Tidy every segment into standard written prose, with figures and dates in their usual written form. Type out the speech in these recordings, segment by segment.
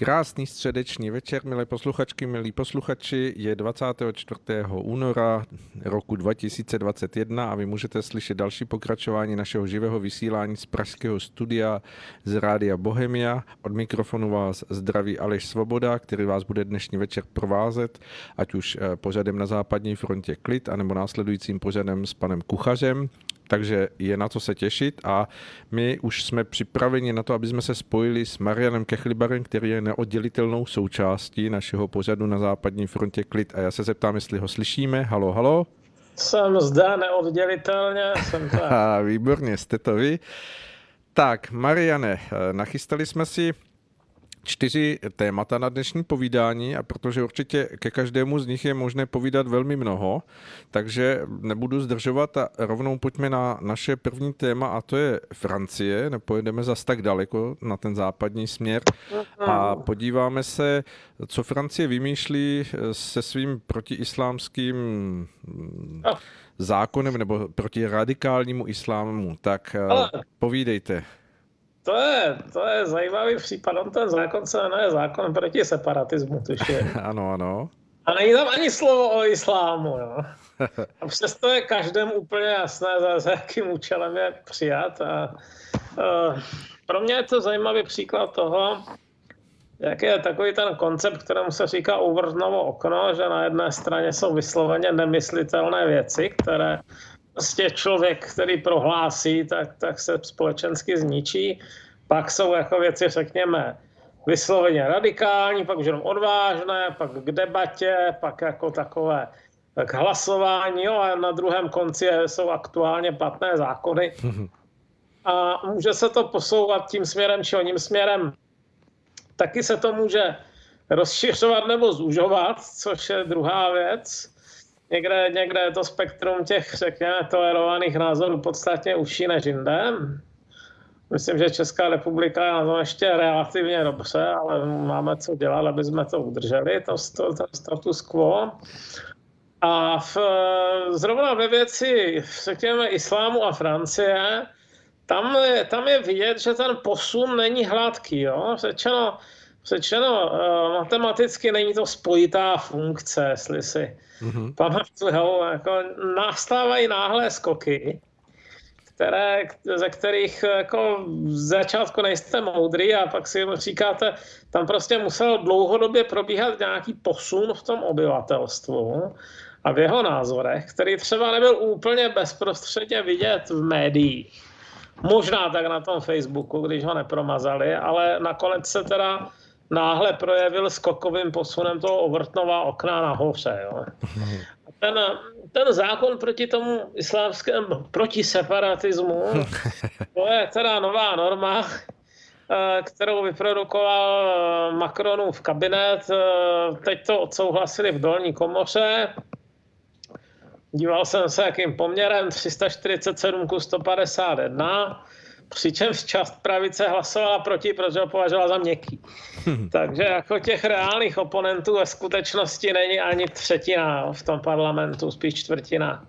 Krásný středeční večer, milé posluchačky, milí posluchači, je 24. února roku 2021 a vy můžete slyšet další pokračování našeho živého vysílání z pražského studia z Rádia Bohemia. Od mikrofonu vás zdraví Aleš Svoboda, který vás bude dnešní večer provázet, ať už pořadem Na západní frontě Klid, anebo následujícím pořadem s panem Kuchařem. Takže je na co se těšit a my už jsme připraveni na to, aby jsme se spojili s Marianem Kechlibarem, který je neoddělitelnou součástí našeho pořadu Na západní frontě Klid. A já se zeptám, jestli ho slyšíme. Halo, halo? Jsem zde neoddělitelně. Výborně, jste to vy. Tak, Mariane, nachystali jsme si 4 témata na dnešní povídání a protože určitě ke každému z nich je možné povídat velmi mnoho, takže nebudu zdržovat a rovnou pojďme na naše první téma a to je Francie. Nepojedeme zas tak daleko na ten západní směr a podíváme se, co Francie vymýšlí se svým protiislámským zákonem nebo proti radikálnímu islámu. Tak povídejte. To je zajímavý případ. Ten zákon se jmenuje zákon proti separatismu, tuším. Ano, ano. A není tam ani slovo o islámu. Jo. A přesto je každému úplně jasné, za jakým účelem je přijat. Pro mě je to zajímavý příklad toho, jak je takový ten koncept, kterému se říká Overtonovo okno, že na jedné straně jsou vysloveně nemyslitelné věci, které prostě člověk, který prohlásí, tak se společensky zničí. Pak jsou jako věci, řekněme, vysloveně radikální, pak už jenom odvážné, pak k debatě, pak jako takové k hlasování, jo, a na druhém konci jsou aktuálně platné zákony. A může se to posouvat tím směrem či oním směrem. Taky se to může rozšiřovat nebo zužovat, což je druhá věc. Někde je to spektrum těch, řekněme, tolerovaných názorů podstatně užší než jinde. Myslím, že Česká republika je na tom ještě relativně dobře, ale máme co dělat, aby jsme to udrželi, ten status quo. A zrovna ve věci, řekněme, islámu a Francie, tam je vidět, že ten posun není hladký. Jo? Řečeno matematicky není to spojitá funkce, jestli si pamatujou, jako nastávají náhlé skoky, ze kterých jako z začátku nejste moudrý a pak si říkáte, tam prostě musel dlouhodobě probíhat nějaký posun v tom obyvatelstvu a v jeho názorech, který třeba nebyl úplně bezprostředně vidět v médiích. Možná tak na tom Facebooku, když ho nepromazali, ale nakonec se teda náhle projevil skokovým posunem toho Overtonova okna nahoře. Jo. Ten zákon proti tomu islámskému, proti separatismu, to je teda nová norma, kterou vyprodukoval Macronův kabinet. Teď to odsouhlasili v dolní komoře. Díval jsem se, jakým poměrem 347 ku 151. Přičemž část pravice hlasovala proti, protože ho považovala za měkký. Takže jako těch reálných oponentů ve skutečnosti není ani třetina v tom parlamentu, spíš čtvrtina.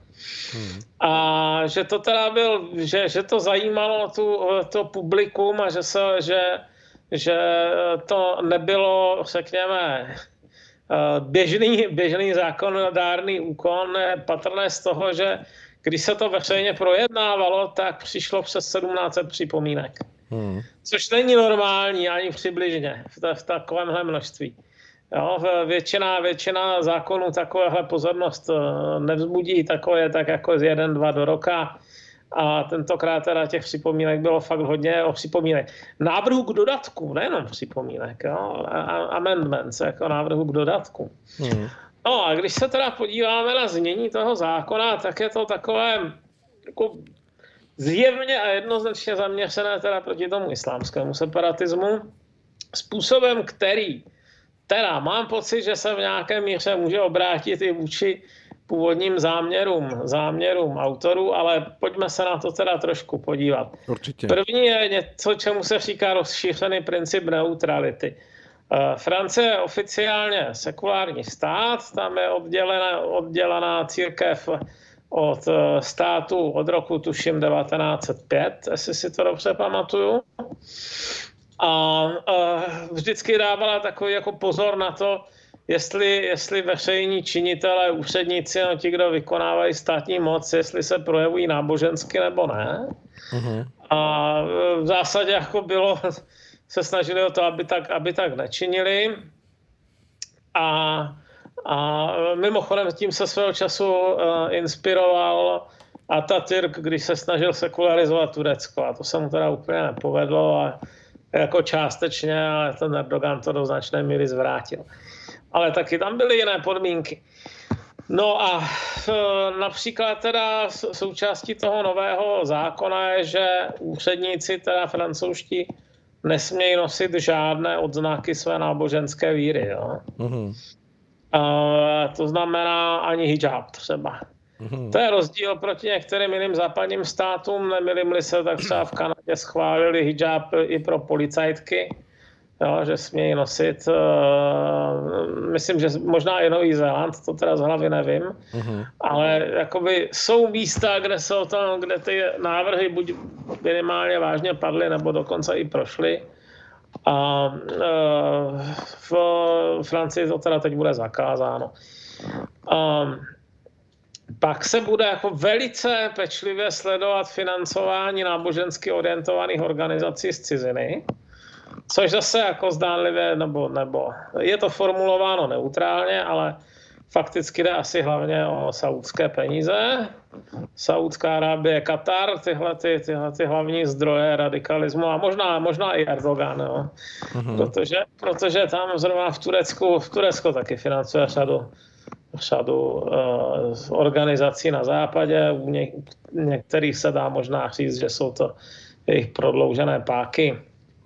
A že to teda že to zajímalo to publikum a že to nebylo, řekněme, běžný zákonodárný úkon, patrné z toho, že když se to veřejně projednávalo, tak přišlo přes 1700 připomínek. Což není normální ani přibližně v takovémhle množství. Jo, většina zákonů takovéhle pozornost nevzbudí, takové tak jako z 1-2 do roka. A tentokrát teda těch připomínek bylo fakt hodně o připomínek. Návrhu k dodatku, nejenom připomínek, jo, amendments, jako návrhu k dodatku. No a když se teda podíváme na znění toho zákona, tak je to takové jako zjevně a jednoznačně zaměřené teda proti tomu islámskému separatismu. Způsobem, který teda mám pocit, že se v nějaké míře může obrátit i vůči původním záměrům autorů, ale pojďme se na to teda trošku podívat. Určitě. První je něco, čemu se říká rozšířený princip neutrality. Francie je oficiálně sekulární stát, tam je oddělená církev od státu od roku tuším 1905, jestli si to dobře pamatuju. A vždycky dávala takový jako pozor na to, jestli veřejní činitelé, úředníci, no ti, kdo vykonávají státní moc, jestli se projevují nábožensky nebo ne. A v zásadě jako bylo, se snažili o to, aby tak nečinili. A mimochodem tím se svého času inspiroval Atatürk, když se snažil sekularizovat Turecko. A to se mu teda úplně nepovedlo, a jako částečně, ale ten Erdogan to do značné míry zvrátil. Ale taky tam byly jiné podmínky. No a například teda součástí toho nového zákona je, že úředníci teda francouzští nesmějí nosit žádné odznaky své náboženské víry. Jo? To znamená ani hijab třeba. To je rozdíl proti některým jiným západním státům. Nemilím-li se, tak třeba v Kanadě schválili hijab i pro policajtky, jo, že smějí nosit. Myslím, že možná i Nový Zéland, to teda z hlavy nevím. Ale jakoby jsou místa, kde ty návrhy buď minimálně vážně padly, nebo dokonce i prošly. A v Francii to teda teď bude zakázáno. Pak se bude jako velice pečlivě sledovat financování nábožensky orientovaných organizací z ciziny, což zase jako zdánlivě, nebo je to formulováno neutrálně, ale fakticky jde asi hlavně o saúdské peníze. Saúdská Arábie, Katar, tyhle hlavní zdroje radikalismu a možná i Erdogan, jo. Protože tam zrovna v Turecku taky financuje řadu organizací na západě. U některých se dá možná říct, že jsou to jejich prodloužené páky.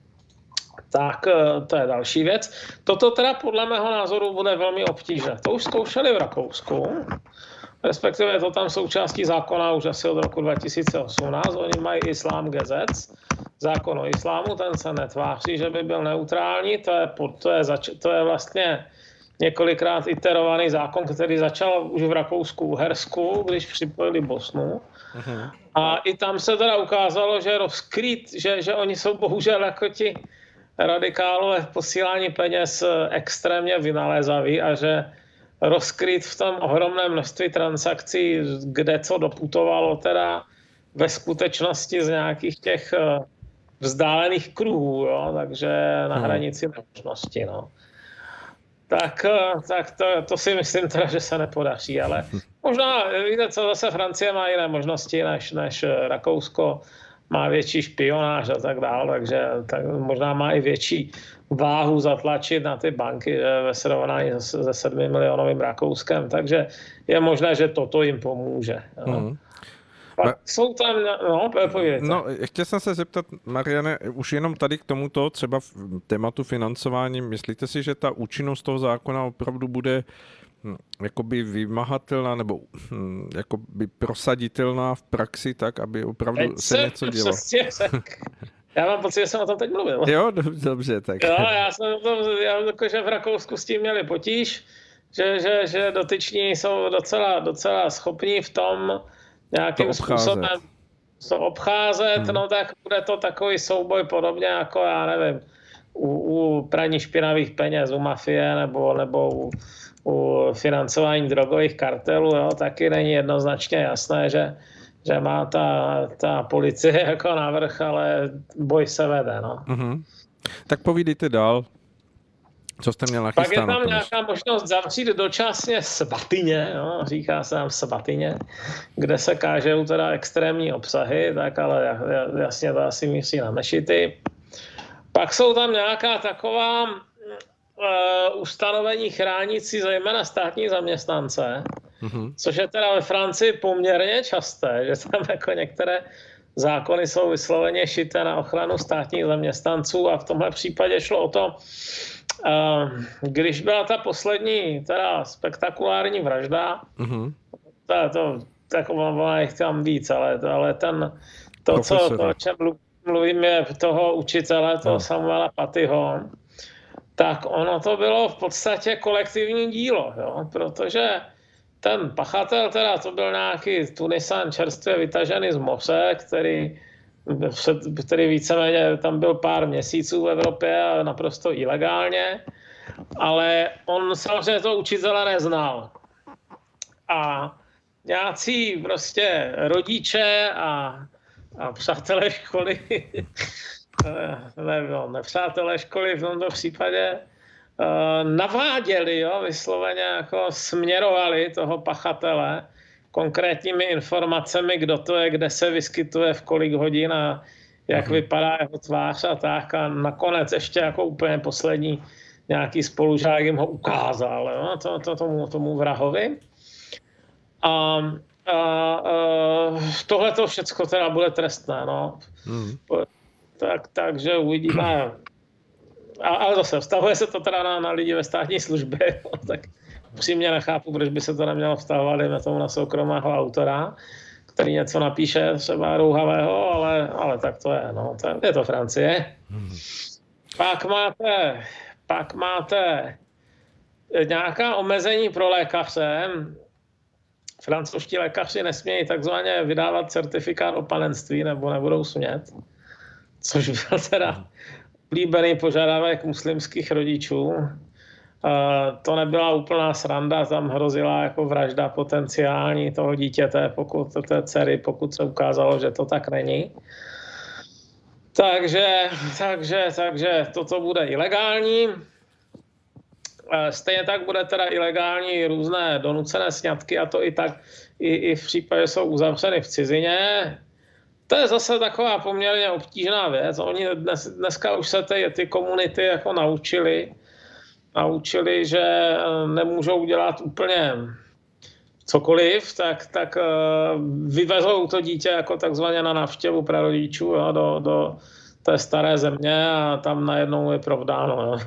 Tak to je další věc. Toto teda podle mého názoru bude velmi obtížné. To už zkoušeli v Rakousku, respektive je to tam součástí zákona už asi od roku 2018. Oni mají Islám Gesetz, zákon o islámu, ten se netváří, že by byl neutrální. To je vlastně několikrát iterovaný zákon, který začal už v Rakousku-Uhersku, když připojili Bosnu. A i tam se teda ukázalo, že oni jsou bohužel jako ti radikálové v posílání peněz extrémně vynalézaví a že rozkryt v tom ohromné množství transakcí, kde co doputovalo teda ve skutečnosti z nějakých těch vzdálených kruhů, jo? Takže na hranici nemožnosti. No. Tak to si myslím teda, že se nepodaří, ale možná, víte co, zase Francie má jiné možnosti než Rakousko, má větší špionáž a tak dále, takže možná má i větší váhu zatlačit na ty banky ve srovnání se 7milionovým Rakouskem, takže je možné, že toto jim pomůže. Pak jsou tam, povídejte. Chtěl jsem se zeptat, Mariane, už jenom tady k tomuto, třeba v tématu financování, myslíte si, že ta účinnost toho zákona opravdu bude jakoby vymahatelná nebo jakoby prosaditelná v praxi tak, aby opravdu se něco dělo? Já mám pocit, že jsem o tom teď mluvil. Jo, dobře, tak. Jo, že v Rakousku s tím měli potíž, že dotyční jsou docela schopní v tom nějakým způsobem to obcházet, no tak bude to takový souboj podobně jako, já nevím, u praní špinavých peněz, u mafie nebo u financování drogových kartelů, jo, taky není jednoznačně jasné, že má ta policie jako navrch, ale boj se vede. No. Tak povídejte dál. Co jste měl nachystáno? Pak je tam nějaká možnost zavřít dočasně svatyně, no, říká se tam svatyně, kde se kážou teda extrémní obsahy, tak ale jasně to asi míří na mešity. Pak jsou tam nějaká taková ustanovení chránící zejména státní zaměstnance, což je teda ve Francii poměrně časté, že tam jako některé zákony jsou vysloveně šité na ochranu státních zaměstnanců a v tomhle případě šlo o to, když byla ta poslední teda spektakulární vražda, tak jich tam víc, ale o čem mluvím, je toho učitele, toho Samuela Patyho, tak ono to bylo v podstatě kolektivní dílo, jo? Protože ten pachatel, teda to byl nějaký Tunisan čerstvě vytažený z moře, který který víceméně tam byl pár měsíců v Evropě a naprosto ilegálně, ale on samozřejmě toho učitele neznal. A nějací prostě rodiče a přátelé školy, nepřátelé školy v tomto případě, naváděli, vysloveně jako směrovali toho pachatele konkrétními informacemi, kdo to je, kde se vyskytuje, v kolik hodin a jak vypadá jeho tvář a tak. A nakonec ještě jako úplně poslední nějaký spolužák jim ho ukázal, tomu vrahovi. A tohle to všecko teda bude trestné, no. Takže uvidíme. Ale zase, vztahuje se to teda na lidi ve státní službě, tak upřímně nechápu, proč by se to nemělo vztahovat, dejme tomu na soukromého autora, který něco napíše třeba rouhavého, ale tak to je, no. Je to Francie. Pak máte nějaká omezení pro lékaře. Francouzští lékaři nesmějí takzvaně vydávat certifikát o panenství, nebo nebudou smět, což byl teda oblíbený požadavek muslimských rodičů. To nebyla úplná sranda, tam hrozila jako vražda potenciální toho dítěte, té dcery, pokud se ukázalo, že to tak není. Takže toto bude ilegální. Stejně tak bude teda ilegální různé donucené sňatky, a to i tak, i v případě, že jsou uzavřeny v cizině. To je zase taková poměrně obtížná věc. Oni dneska už se ty komunity jako naučili, že nemůžou dělat úplně cokoliv, tak vyvezou to dítě jako takzvaně na návštěvu prarodičů do té staré země a tam najednou je provdáno.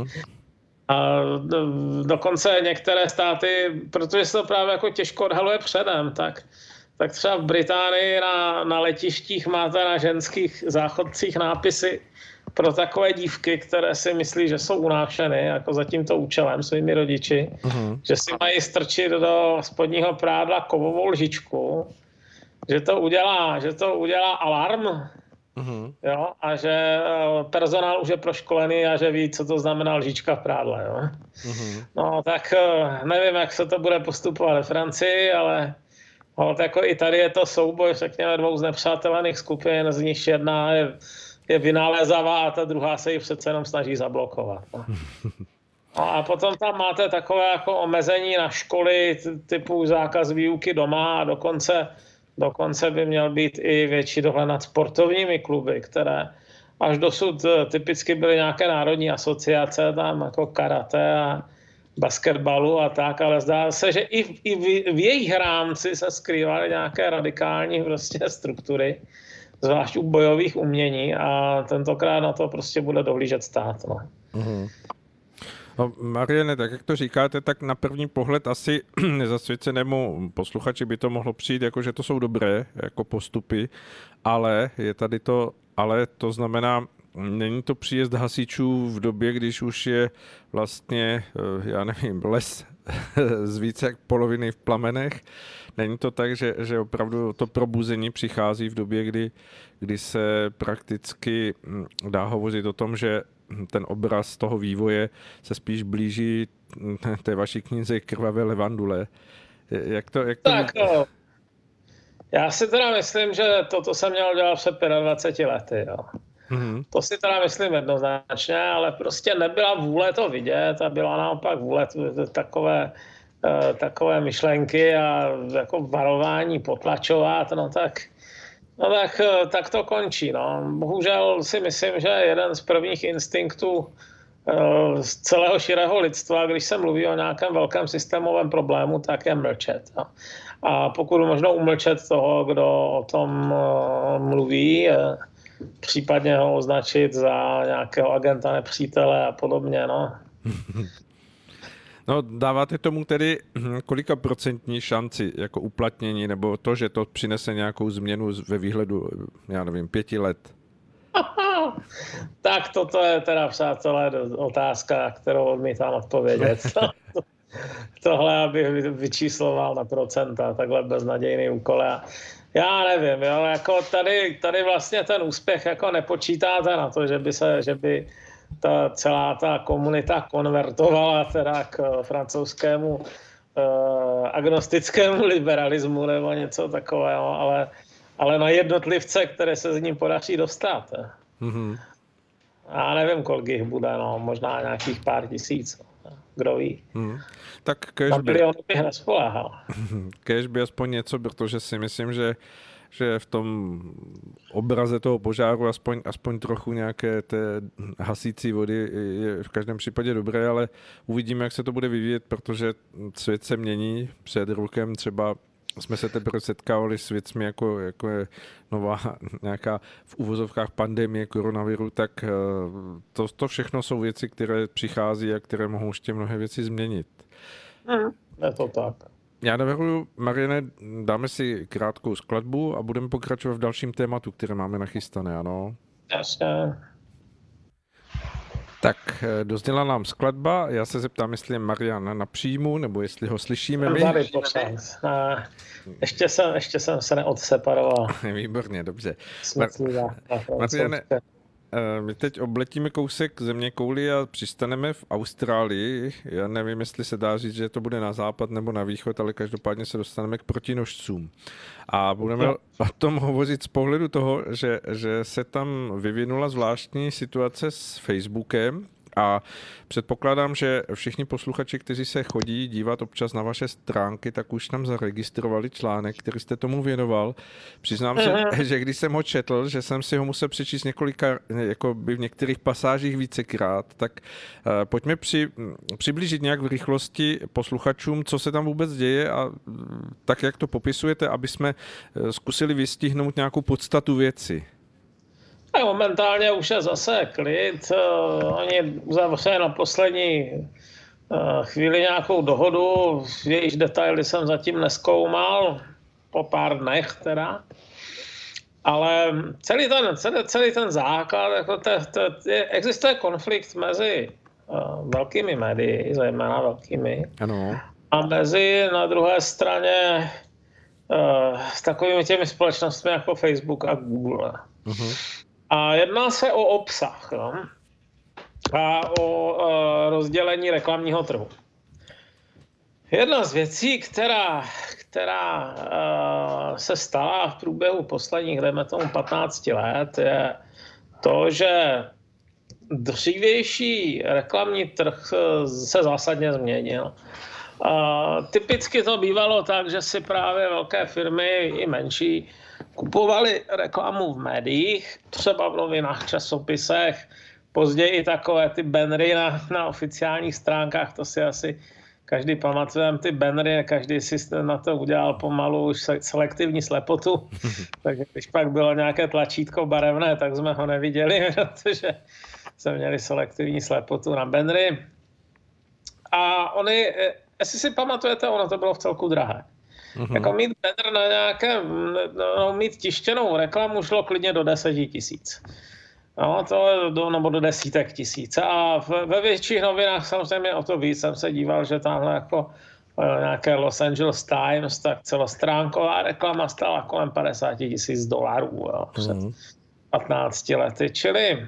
A dokonce některé státy, protože se to právě jako těžko odhaluje předem, tak třeba v Británii na letištích máte na ženských záchodcích nápisy pro takové dívky, které si myslí, že jsou unášeny jako za tímto účelem svými rodiči, že si mají strčit do spodního prádla kovovou lžičku, že to udělá alarm, a že personál už je proškolený a že ví, co to znamená lžička v prádle. Jo. No tak nevím, jak se to bude postupovat ve Francii, ale jako i tady je to souboj, řekněme, dvou znepřátelených skupin, z nich jedna je vynalézavá a ta druhá se ji přece jenom snaží zablokovat. No a potom tam máte takové jako omezení na školy typu zákaz výuky doma a dokonce by měl být i větší dohled nad sportovními kluby, které až dosud typicky byly nějaké národní asociace, tam jako karate a basketbalu a tak, ale zdá se, že i v jejich rámci se skrývaly nějaké radikální prostě struktury, zvlášť u bojových umění, a tentokrát na to prostě bude dohlížet stát. No. No, Mariane, tak jak to říkáte, tak na první pohled asi nezasvěcenému posluchači by to mohlo přijít, jako že to jsou dobré jako postupy, ale je tady to, ale to znamená, není to příjezd hasičů v době, když už je vlastně, já nevím, les z více jak poloviny v plamenech. Není to tak, že opravdu to probuzení přichází v době, kdy se prakticky dá hovořit o tom, že ten obraz toho vývoje se spíš blíží té vaší knize Krvavé levandule. Jak to... Tak, já si teda myslím, že toto se mělo dělat před 25 lety. Jo. To si teda myslím jednoznačně, ale prostě nebyla vůle to vidět a byla naopak vůle takové myšlenky a jako varování potlačovat, tak to končí. No. Bohužel si myslím, že jeden z prvních instinktů z celého širého lidstva, když se mluví o nějakém velkém systémovém problému, tak je mlčet. No. A pokud možno umlčet toho, kdo o tom mluví, případně ho označit za nějakého agenta nepřítele a podobně. No. No, dáváte tomu tedy kolika procentní šanci jako uplatnění, nebo to, že to přinese nějakou změnu ve výhledu, já nevím, 5 let? Tak toto je teda, přátelé, otázka, kterou odmítám odpovědět. Tohle, abych vyčísloval na procenta, takhle beznadějný úkol. Já nevím, jo, jako tady vlastně ten úspěch jako nepočítáte na to, že by celá ta komunita konvertovala teda k francouzskému agnostickému liberalismu nebo něco takového, ale na jednotlivce, které se z ním podaří dostat. Mm-hmm. Já nevím, kolik jich bude, no, možná nějakých pár tisíc. Kdo ví. Tak na milion bych nespoléhal. Kéž by aspoň něco, protože si myslím, že v tom obraze toho požáru aspoň trochu nějaké té hasící vody je v každém případě dobré, ale uvidíme, jak se to bude vyvíjet, protože svět se mění. Před rokem třeba jsme se teprve setkávali s věcmi, jako je nová nějaká v uvozovkách pandemie koronaviru, tak to všechno jsou věci, které přichází a které mohou ještě mnohé věci změnit. Je to tak. Já navrhuji, Mariane, dáme si krátkou skladbu a budeme pokračovat v dalším tématu, které máme nachystané, ano? Jasně. Tak, dozněla nám skladba, já se zeptám, jestli je Marian na příjmu, nebo jestli ho slyšíme my. Ještě jsem se neodseparoval. Výborně, dobře. Mariane, my teď obletíme kousek země kouli a přistaneme v Austrálii. Já nevím, jestli se dá říct, že to bude na západ nebo na východ, ale každopádně se dostaneme k protinožcům. A budeme o tom hovořit z pohledu toho, že se tam vyvinula zvláštní situace s Facebookem. A předpokládám, že všichni posluchači, kteří se chodí dívat občas na vaše stránky, tak už tam zaregistrovali článek, který jste tomu věnoval. Přiznám se, že když jsem ho četl, že jsem si ho musel přečíst jako by v některých pasážích vícekrát, tak pojďme přiblížit nějak v rychlosti posluchačům, co se tam vůbec děje a tak, jak to popisujete, aby jsme zkusili vystihnout nějakou podstatu věci. A momentálně už je zase klid. Oni uzavřeli na poslední chvíli nějakou dohodu, jejíž detaily jsem zatím nezkoumal, po pár dnech teda. Ale celý ten základ, jako existuje konflikt mezi velkými médii, zejména velkými, ano. A mezi na druhé straně s takovými těmi společnostmi jako Facebook a Google. Uh-huh. A jedná se o obsah, no? A o rozdělení reklamního trhu. Jedna z věcí, která se stala v průběhu posledních, dejme tomu 15 let, je to, že dřívější reklamní trh se zásadně změnil. Typicky to bývalo tak, že si právě velké firmy i menší kupovali reklamu v médiích, třeba v novinách, časopisech, později i takové ty bannery na oficiálních stránkách, to si asi každý pamatujeme, ty bannery, každý si na to udělal pomalu už selektivní slepotu, takže když pak bylo nějaké tlačítko barevné, tak jsme ho neviděli, protože jsme měli selektivní slepotu na bannery. A oni, jestli si pamatujete, ono to bylo v celku drahé. Uhum. Jako mít banner na nějakém, mít tištěnou reklamu šlo klidně do 10 000. No, nebo do desítek tisíc. A ve větších novinách samozřejmě o to víc jsem se díval, že tamhle jako nějaké Los Angeles Times, tak celostránková reklama stála kolem $50,000 před 15 lety. Čili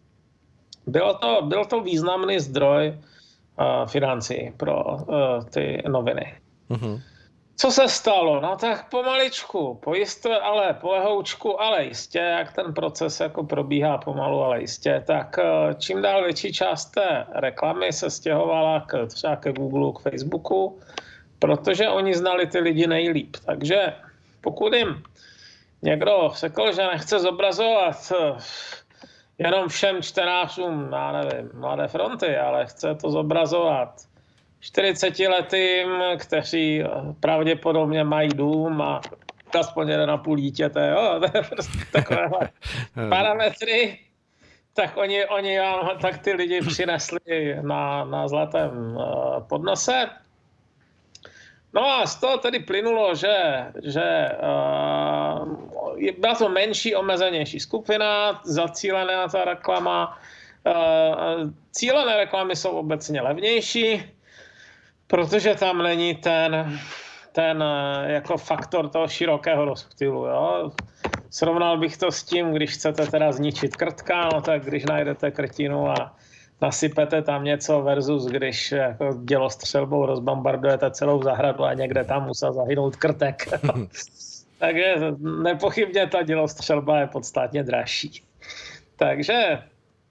byl to významný zdroj financí pro ty noviny. Uhum. Co se stalo? No tak pomaličku, ale polehoučku, ale jistě, jak ten proces jako probíhá pomalu, ale jistě, tak čím dál větší část té reklamy se stěhovala třeba ke Google, k Facebooku, protože oni znali ty lidi nejlíp. Takže pokud jim někdo řekl, že nechce zobrazovat jenom všem čtenářům, já nevím, Mladé fronty, ale chce to zobrazovat 40letým, kteří pravděpodobně mají dům a aspoň 1,5 dítěte, to je prostě takovéhle parametry, tak oni tak ty lidi přinesli na zlatém podnose. No a z toho tedy plynulo, že byla to menší, omezenější skupina, zacílená ta reklama. Cílené reklamy jsou obecně levnější, protože tam není ten jako faktor toho širokého rozptylu. Jo? Srovnal bych to s tím, když chcete teda zničit krtka, no tak když najdete krtinu a nasypete tam něco versus když jako dělostřelbou rozbombardujete celou zahradu a někde tam musel zahynout krtek. Takže nepochybně ta dělostřelba je podstatně dražší. Takže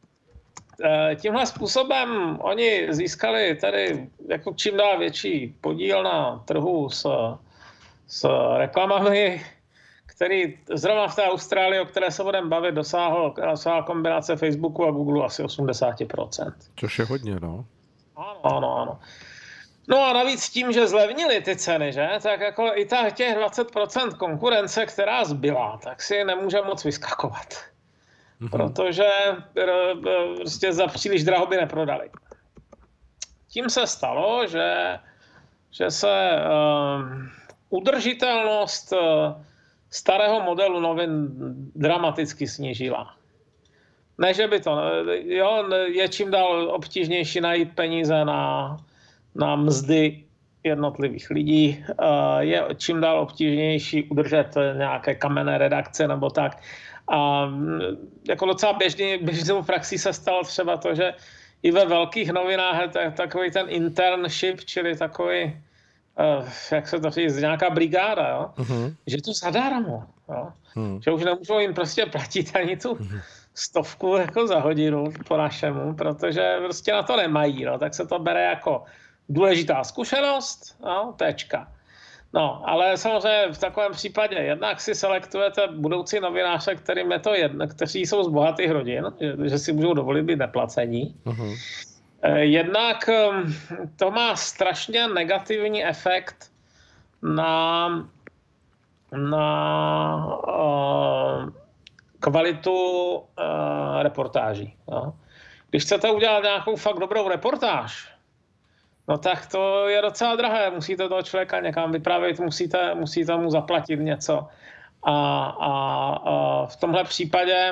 tímhle způsobem oni získali tady jako čím dál větší podíl na trhu s reklamami, který zrovna v té Austrálii, o které se budeme bavit, dosáhl kombinace Facebooku a Google asi 80%. Což je hodně, no. Ano. No a navíc tím, že zlevnili ty ceny, že? Tak jako i těch 20% konkurence, která zbyla, tak si nemůže moc vyskakovat. Protože prostě za příliš draho by neprodali. Tím se stalo, že se udržitelnost starého modelu novin dramaticky snížila. Ne, že by to, jo, je čím dál obtížnější najít peníze na mzdy jednotlivých lidí, je čím dál obtížnější udržet nějaké kamenné redakce nebo tak. A jako docela běžnou praxí se stalo třeba to, že i ve velkých novinách je takový ten internship, čili takový, jak se to říct, nějaká brigáda, jo? Že to zadarmo, jo? Že už nemůžou jim prostě platit ani tu 100 jako za hodinu po našemu, protože prostě na to nemají, no? Tak se to bere jako důležitá zkušenost, no? Tečka. No, ale samozřejmě v takovém případě jednak si selektujete budoucí novináře, kteří jsou z bohatých rodin, že si můžou dovolit být neplacení. Jednak to má strašně negativní efekt na kvalitu reportáží. No. Když chcete udělat nějakou fakt dobrou reportáž, no tak to je docela drahé. Musíte toho člověka někam vypravit, musíte mu zaplatit něco. A v tomhle případě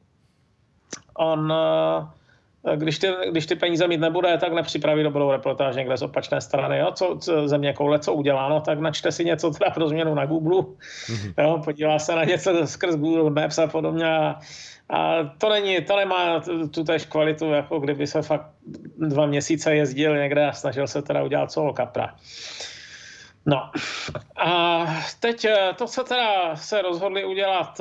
když ty peníze mít nebude, tak nepřipraví dobrou reportáž někde z opačné strany. Jo? Co země koule, co udělá, no, tak načte si něco teda pro změnu na Google. Jo? Podívá se na něco skrz Google Maps a podobně. A to nemá tu též kvalitu, jako kdyby se fakt 2 měsíce jezdil někde a snažil se teda udělat solo kapra. No. A teď to, co teda se rozhodli udělat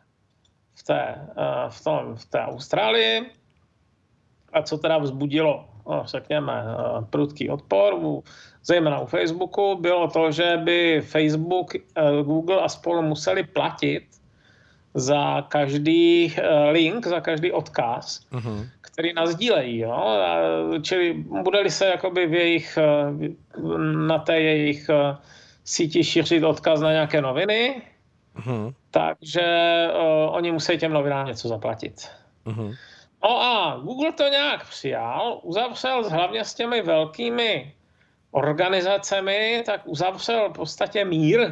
v té Austrálii, a co teda vzbudilo, řekněme, prudký odpor, zejména u Facebooku, bylo to, že by Facebook, Google a spolu museli platit za každý link, za každý odkaz, který nasdílejí. Jo? Čili bude-li se jakoby na té jejich síti šířit odkaz na nějaké noviny, takže oni musí těm novinám něco zaplatit. No a Google to nějak přijal, uzavřel hlavně s těmi velkými organizacemi, tak uzavřel v podstatě mír.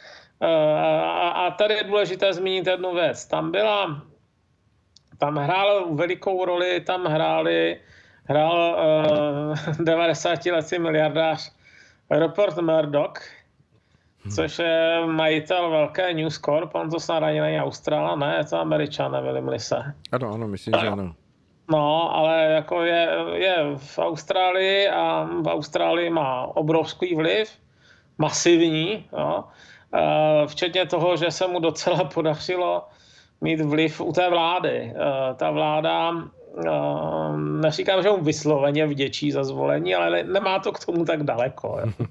A tady je důležité zmínit jednu věc. Tam hrál velikou roli, hrál 90letý miliardář Rupert Murdoch, což je majitel velké News Corp, on to snad ani není Australa, ne, je to Američan, nevím-li se. Ano, myslím, že ano. No, ale jako je v Austrálii a v Austrálii má obrovský vliv, masivní, jo. Včetně toho, že se mu docela podařilo mít vliv u té vlády. Ta vláda, neříkám, že mu vysloveně vděčí za zvolení, ale nemá to k tomu tak daleko. Jo.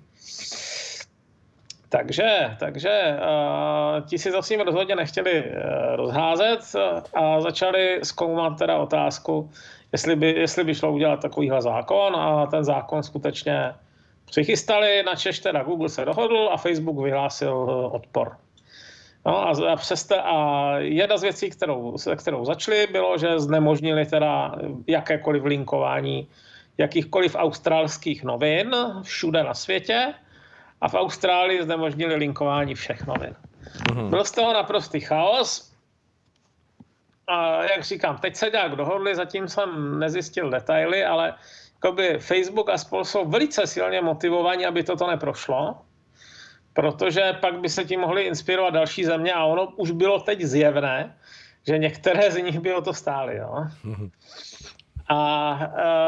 Takže ti si to s ním rozhodně nechtěli rozházet a začali zkoumat teda otázku, jestli by šlo udělat takovýhle zákon, a ten zákon skutečně přichystali, načež teda Google se dohodl a Facebook vyhlásil odpor. No a jedna z věcí, kterou začali, bylo, že znemožnili teda jakékoliv linkování jakýchkoliv australských novin všude na světě, a v Austrálii znemožnili linkování všech novin. Byl z toho naprostý chaos. A jak říkám, teď se nějak dohodli, zatím jsem nezjistil detaily, ale jakoby Facebook a spol jsou velice silně motivovaní, aby toto neprošlo. protože pak by se tím mohly inspirovat další země a ono už bylo teď zjevné, že některé z nich by o to stály. Jo? A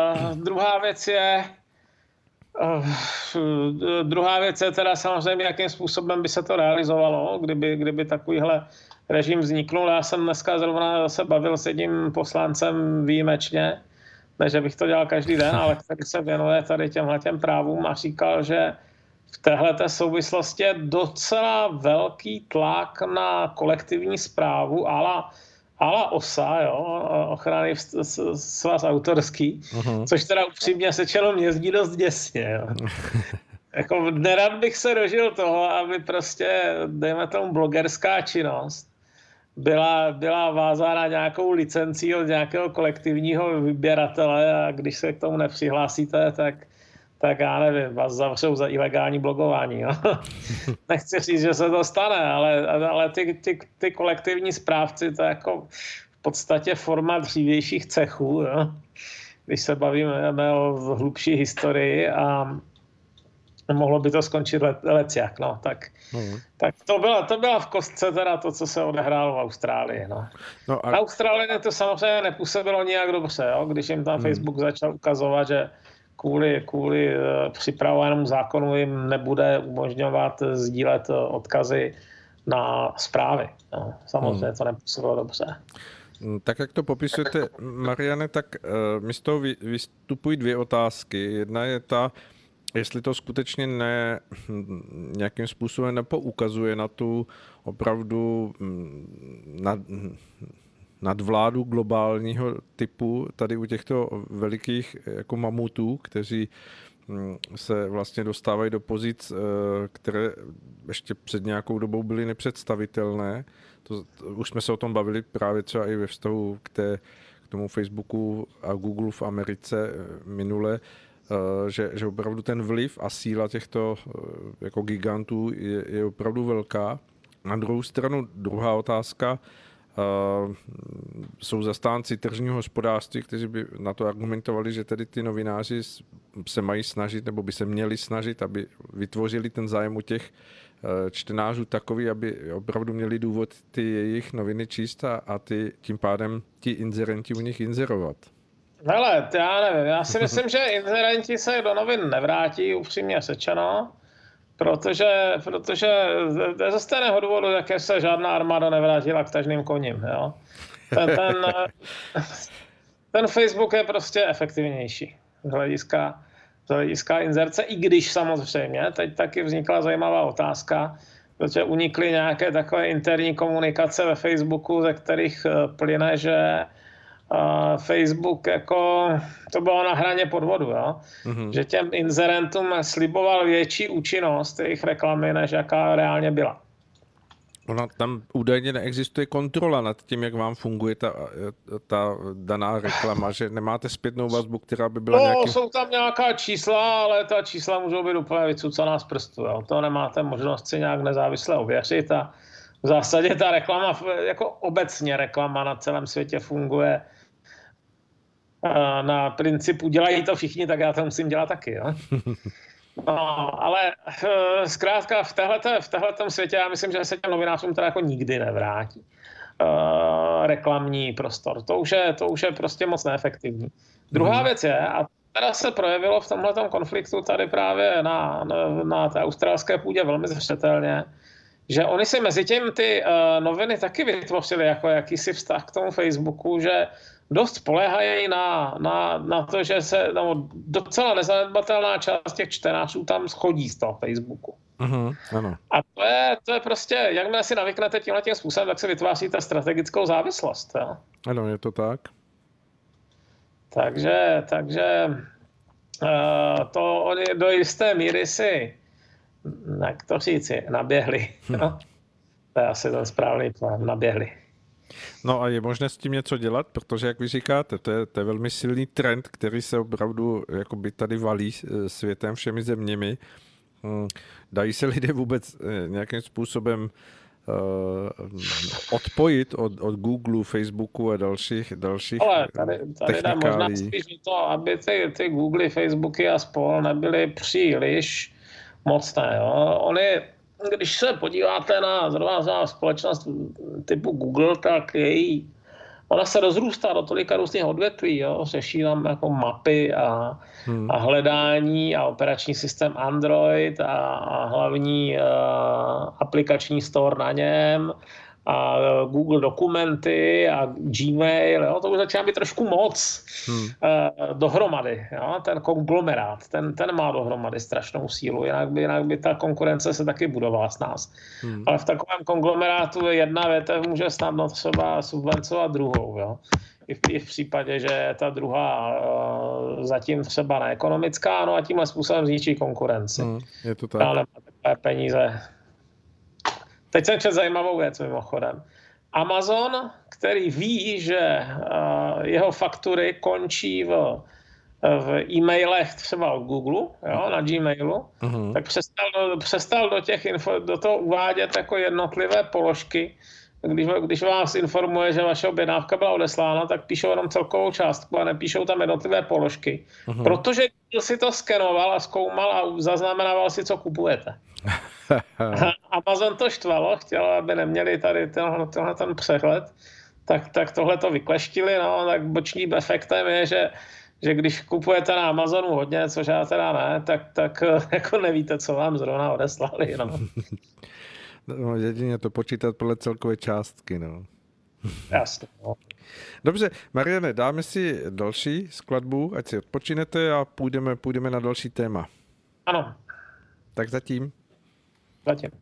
druhá věc je teda samozřejmě, jakým způsobem by se to realizovalo, kdyby takovýhle režim vzniknul. Já jsem dneska zrovna se bavil s jedním poslancem výjimečně, ne, že bych to dělal každý den, ale který se věnuje tady těmhletěm právům a říkal, že v téhleté souvislosti je docela velký tlak na kolektivní správu ala OSA, jo, ochrany svaz autorský, což teda upřímně sečeno mě zdí dost děsně. Jo. Jako nerad bych se dožil toho, aby prostě, dejme tomu, blogerská činnost byla vázána nějakou licencí od nějakého kolektivního vyběratele a když se k tomu nepřihlásíte, tak já nevím, vás zavřou za ilegální blogování. Jo? Nechci říct, že se to stane, ale ty kolektivní správci, to je jako v podstatě forma dřívějších cechů, jo? Když se bavíme o hlubší historii a mohlo by to skončit lecjak, no, tak to byla v kostce teda to, co se odehrálo v Austrálii, no. Na Austrálii to samozřejmě nepůsobilo nijak dobře, jo? Když jim tam Facebook začal ukazovat, že kvůli připravovanému zákonu jim nebude umožňovat sdílet odkazy na zprávy. No, samozřejmě to nepůsobilo dobře. Tak jak to popisujete, Mariane, tak mi z toho vystupují dvě otázky. Jedna je ta, jestli to skutečně nějakým způsobem nepoukazuje na tu opravdu nadvládu globálního typu tady u těchto velikých jako mamutů, kteří se vlastně dostávají do pozic, které ještě před nějakou dobou byly nepředstavitelné. Už jsme se o tom bavili právě třeba i ve vztahu k tomu Facebooku a Google v Americe minule, že opravdu ten vliv a síla těchto jako gigantů je opravdu velká. Na druhou stranu druhá otázka, jsou zastánci tržního hospodářství, kteří by na to argumentovali, že tedy ty novináři se mají snažit, nebo by se měli snažit, aby vytvořili ten zájem u těch čtenářů takový, aby opravdu měli důvod ty jejich noviny číst a tím pádem ti inzerenti u nich inzerovat. Hele, já nevím, já si myslím, že inzerenti se do novin nevrátí, upřímně řečeno, protože ze stejného důvodu, jaké se žádná armáda nevrátila k tažným koním. Jo? Ten Facebook je prostě efektivnější z hlediska inzerce, i když samozřejmě teď taky vznikla zajímavá otázka, protože unikly nějaké takové interní komunikace ve Facebooku, ze kterých plyne, že Facebook jako to bylo na hraně podvodu, jo? Že těm inzerentům sliboval větší účinnost jejich reklamy, než jaká reálně byla. Ona tam údajně neexistuje kontrola nad tím, jak vám funguje ta daná reklama, že nemáte zpětnou vazbu, která by byla nějakým... jsou tam nějaká čísla, ale ta čísla můžou být úplně vycucaná z prstu. Jo? To nemáte možnost si nějak nezávisle ověřit a v zásadě ta reklama, jako obecně reklama na celém světě funguje na principu dělají to všichni, tak já to musím dělat taky. Jo? No, ale zkrátka v téhletom světě já myslím, že se těm novinářům teda jako nikdy nevrátí reklamní prostor. To už je prostě moc neefektivní. Druhá věc je, a teda se projevilo v tomhletom konfliktu tady právě na té australské půdě velmi zřetelně, že oni si mezi tím ty noviny taky vytvořili jako jakýsi vztah k tomu Facebooku, že dost spoléhají na to, že se docela nezanedbatelná část těch čtenářů tam schodí z toho Facebooku. Ano. A to je prostě, jakmile si navyknete tímhletím způsobem, tak se vytváříte strategickou závislost. Jo? Ano, je to tak. Takže to oni do jisté míry si, jak to říci, naběhli. No? To je asi ten správný plán, naběhli. No a je možné s tím něco dělat, protože, jak vy říkáte, to je velmi silný trend, který se opravdu jakoby tady valí světem, všemi zeměmi. Dají se lidé vůbec nějakým způsobem odpojit od Google, Facebooku a dalších ale tady dá možná spíš to, aby ty Google, Facebooky a spol nebyly příliš mocné. Jo? když se podíváte na zrovna společnost typu Google, tak ona se rozrůstá do tolika různých odvětví, jo? Řeší tam jako mapy a hledání a operační systém Android a hlavní aplikační store na něm a Google dokumenty a Gmail, jo? To už začíná být trošku moc dohromady. Jo? Ten konglomerát, ten má dohromady strašnou sílu, jinak by ta konkurence se taky budovala s nás. Ale v takovém konglomerátu jedna větev může snadno třeba subvencovat druhou. Jo? I v případě, že je ta druhá zatím třeba neekonomická, no a tímhle způsobem zničí konkurenci. Je to tak. Ale má takové peníze. Teď jsem četl zajímavou věc mimochodem. Amazon, který ví, že jeho faktury končí v e-mailech třeba od Google, jo, na Gmailu, tak přestal do toho uvádět jako jednotlivé položky. Když vás informuje, že vaše objednávka byla odeslána, tak píšou jenom celkovou částku a nepíšou tam jednotlivé položky. Protože Google si to skenoval a zkoumal a zaznamenával si, co kupujete. Amazon to štvalo, chtělo, aby neměli tady tenhle ten přehled, tak tohle to vykleštili, no, tak bočním efektem je, že když kupujete na Amazonu hodně, což já teda ne, tak jako nevíte, co vám zrovna odeslali, no. No, jedině to počítat podle celkové částky, no. Jasně, no. Dobře, Mariane, dáme si další skladbu, ať si odpočinete a půjdeme na další téma. Ano. Tak zatím. Zatím.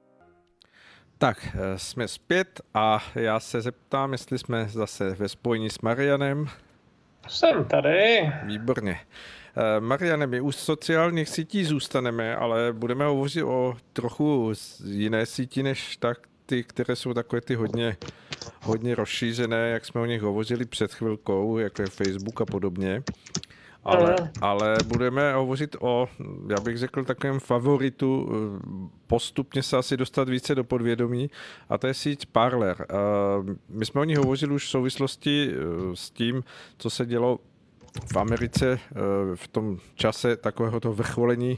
Tak, jsme zpět a já se zeptám, jestli jsme zase ve spojení s Marianem. Jsem tady. Výborně. Mariane, my už sociálních sítí zůstaneme, ale budeme hovořit o trochu jiné síti, než ty, které jsou takové ty hodně rozšířené, jak jsme o nich hovořili před chvilkou, jako je Facebook a podobně. Ale budeme hovořit o, já bych řekl, takovém favoritu, postupně se asi dostat více do podvědomí, a to je síť Parler. My jsme o ní hovořili už v souvislosti s tím, co se dělo v Americe v tom čase takovéhoto vrcholení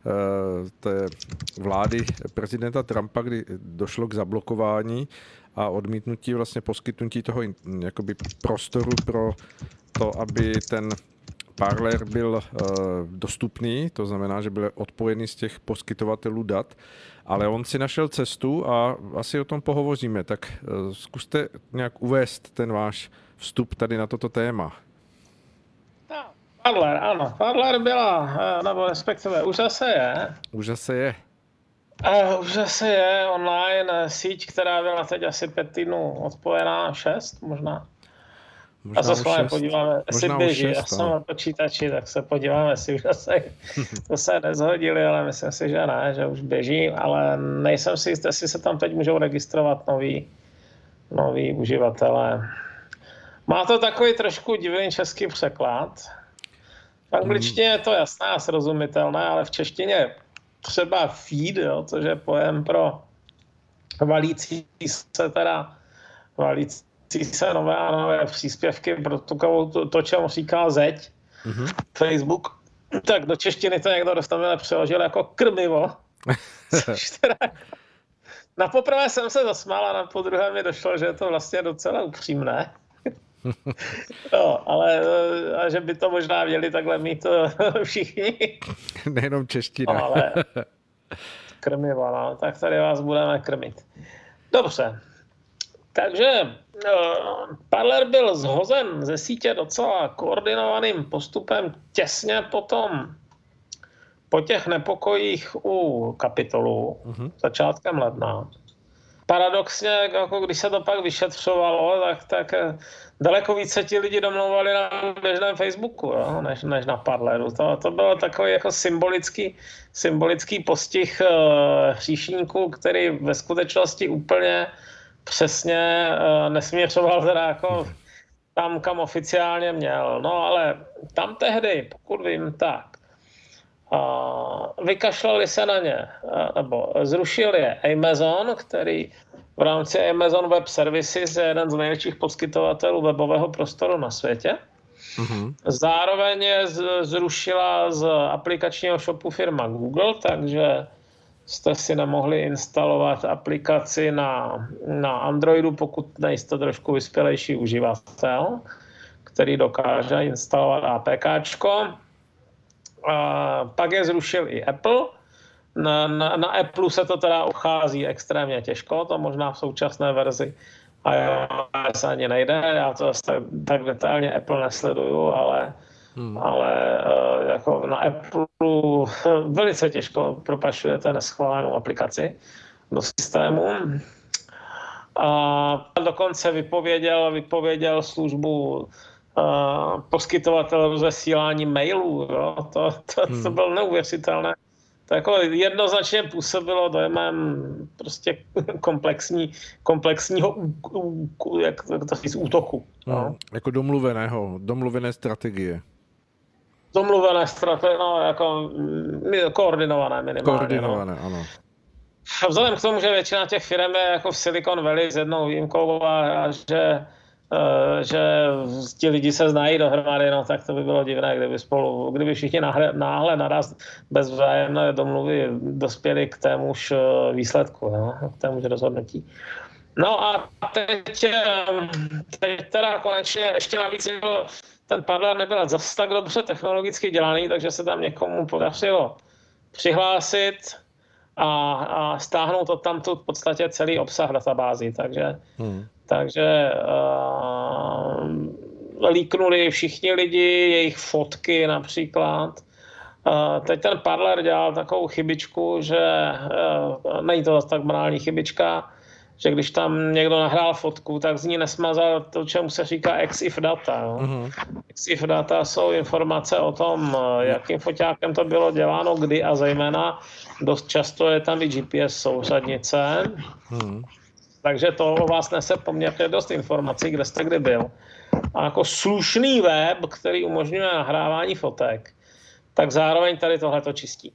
té vlády prezidenta Trumpa, kdy došlo k zablokování a odmítnutí vlastně poskytnutí toho jakoby prostoru pro to, aby ten Parler byl dostupný, to znamená, že byl odpojený z těch poskytovatelů dat, ale on si našel cestu a asi o tom pohovoříme. Tak zkuste nějak uvést ten váš vstup tady na toto téma. Parler, ano. Parler byla, nebo respektive už zase je. Už zase je. Už zase je online síť, která byla teď asi 5 týdnů odpojená, 6 možná. A se s vámi podíváme, jestli běží. Já jsem na počítači, tak se podíváme, jestli už zase to se nezhodili, ale myslím si, že ne, že už běží, ale nejsem si jistý, jestli se tam teď můžou registrovat noví uživatelé. Má to takový trošku divný český překlad. V angličtině je to jasné a srozumitelné, ale v češtině třeba feed, jo, což je pojem pro valící se nové příspěvky pro to, čemu říká zeď, Facebook, tak do češtiny to někdo dostavil přeložil jako krmivo. Což teda, na poprvé jsem se zasmál a na podruhé mi došlo, že je to vlastně docela upřímné. No, ale a že by to možná měli takhle mít všichni. Nejenom čeština. No, ale krmivo, no, tak tady vás budeme krmit. Dobře. Takže Parler byl zhozen ze sítě docela koordinovaným postupem těsně po těch nepokojích u Kapitolu, začátkem ledna. Paradoxně, jako když se to pak vyšetřovalo, tak daleko více ti lidi domlouvali na běžném Facebooku, jo, než na Parleru. To bylo takový jako symbolický postih hříšníků, který ve skutečnosti úplně přesně nesměřoval teda jako tam, kam oficiálně měl. No ale tam tehdy, pokud vím, tak vykašlali se na ně, nebo zrušil je Amazon, který v rámci Amazon Web Services je jeden z největších poskytovatelů webového prostoru na světě. Zároveň je zrušila z aplikačního shopu firma Google, takže jste si nemohli instalovat aplikaci na Androidu, pokud nejste trošku vyspělejší uživatel, který dokáže instalovat APKčko. Pak je zrušil i Apple. Na Apple se to teda obchází extrémně těžko, to možná v současné verzi iOS ani nejde, já to tak detailně Apple nesleduju, ale jako na Apple velice těžko propašujete neschválenou aplikaci do systému. A dokonce vypověděl službu poskytovatel rozesílání mailů. Jo? To bylo neuvěřitelné. To jako jednoznačně působilo dojmem prostě komplexního jak to říct, útoku. No. Jako domluvené strategie. Domluvené strategie, no jako koordinované minimálně. Koordinované, no. Ano. A vzhledem k tomu, že většina těch firm je jako v Silicon Valley s jednou výjimkou a že ti lidi se znají dohromady, no tak to by bylo divné, kdyby všichni náhle naraz bez vzájemné domluvy dospěli k témuž výsledku, no, k témuž rozhodnutí. No a teď teda konečně ještě navíc ten parler nebyl zase tak dobře technologicky dělaný, takže se tam někomu podařilo přihlásit a stáhnout to tam v podstatě celý obsah databází, takže líknuli všichni lidi, jejich fotky například. Teď ten parler dělal takovou chybičku, že není to zase tak banální chybička, že když tam někdo nahrál fotku, tak z ní nesmazal to, čemu se říká EXIF data. No? EXIF data jsou informace o tom, jakým foťákem to bylo děláno, kdy a zejména dost často je tam i GPS souřadnice. Takže to o vás nese poměrně dost informací, kde jste kdy byl. A jako slušný web, který umožňuje nahrávání fotek, tak zároveň tady tohle to čistí.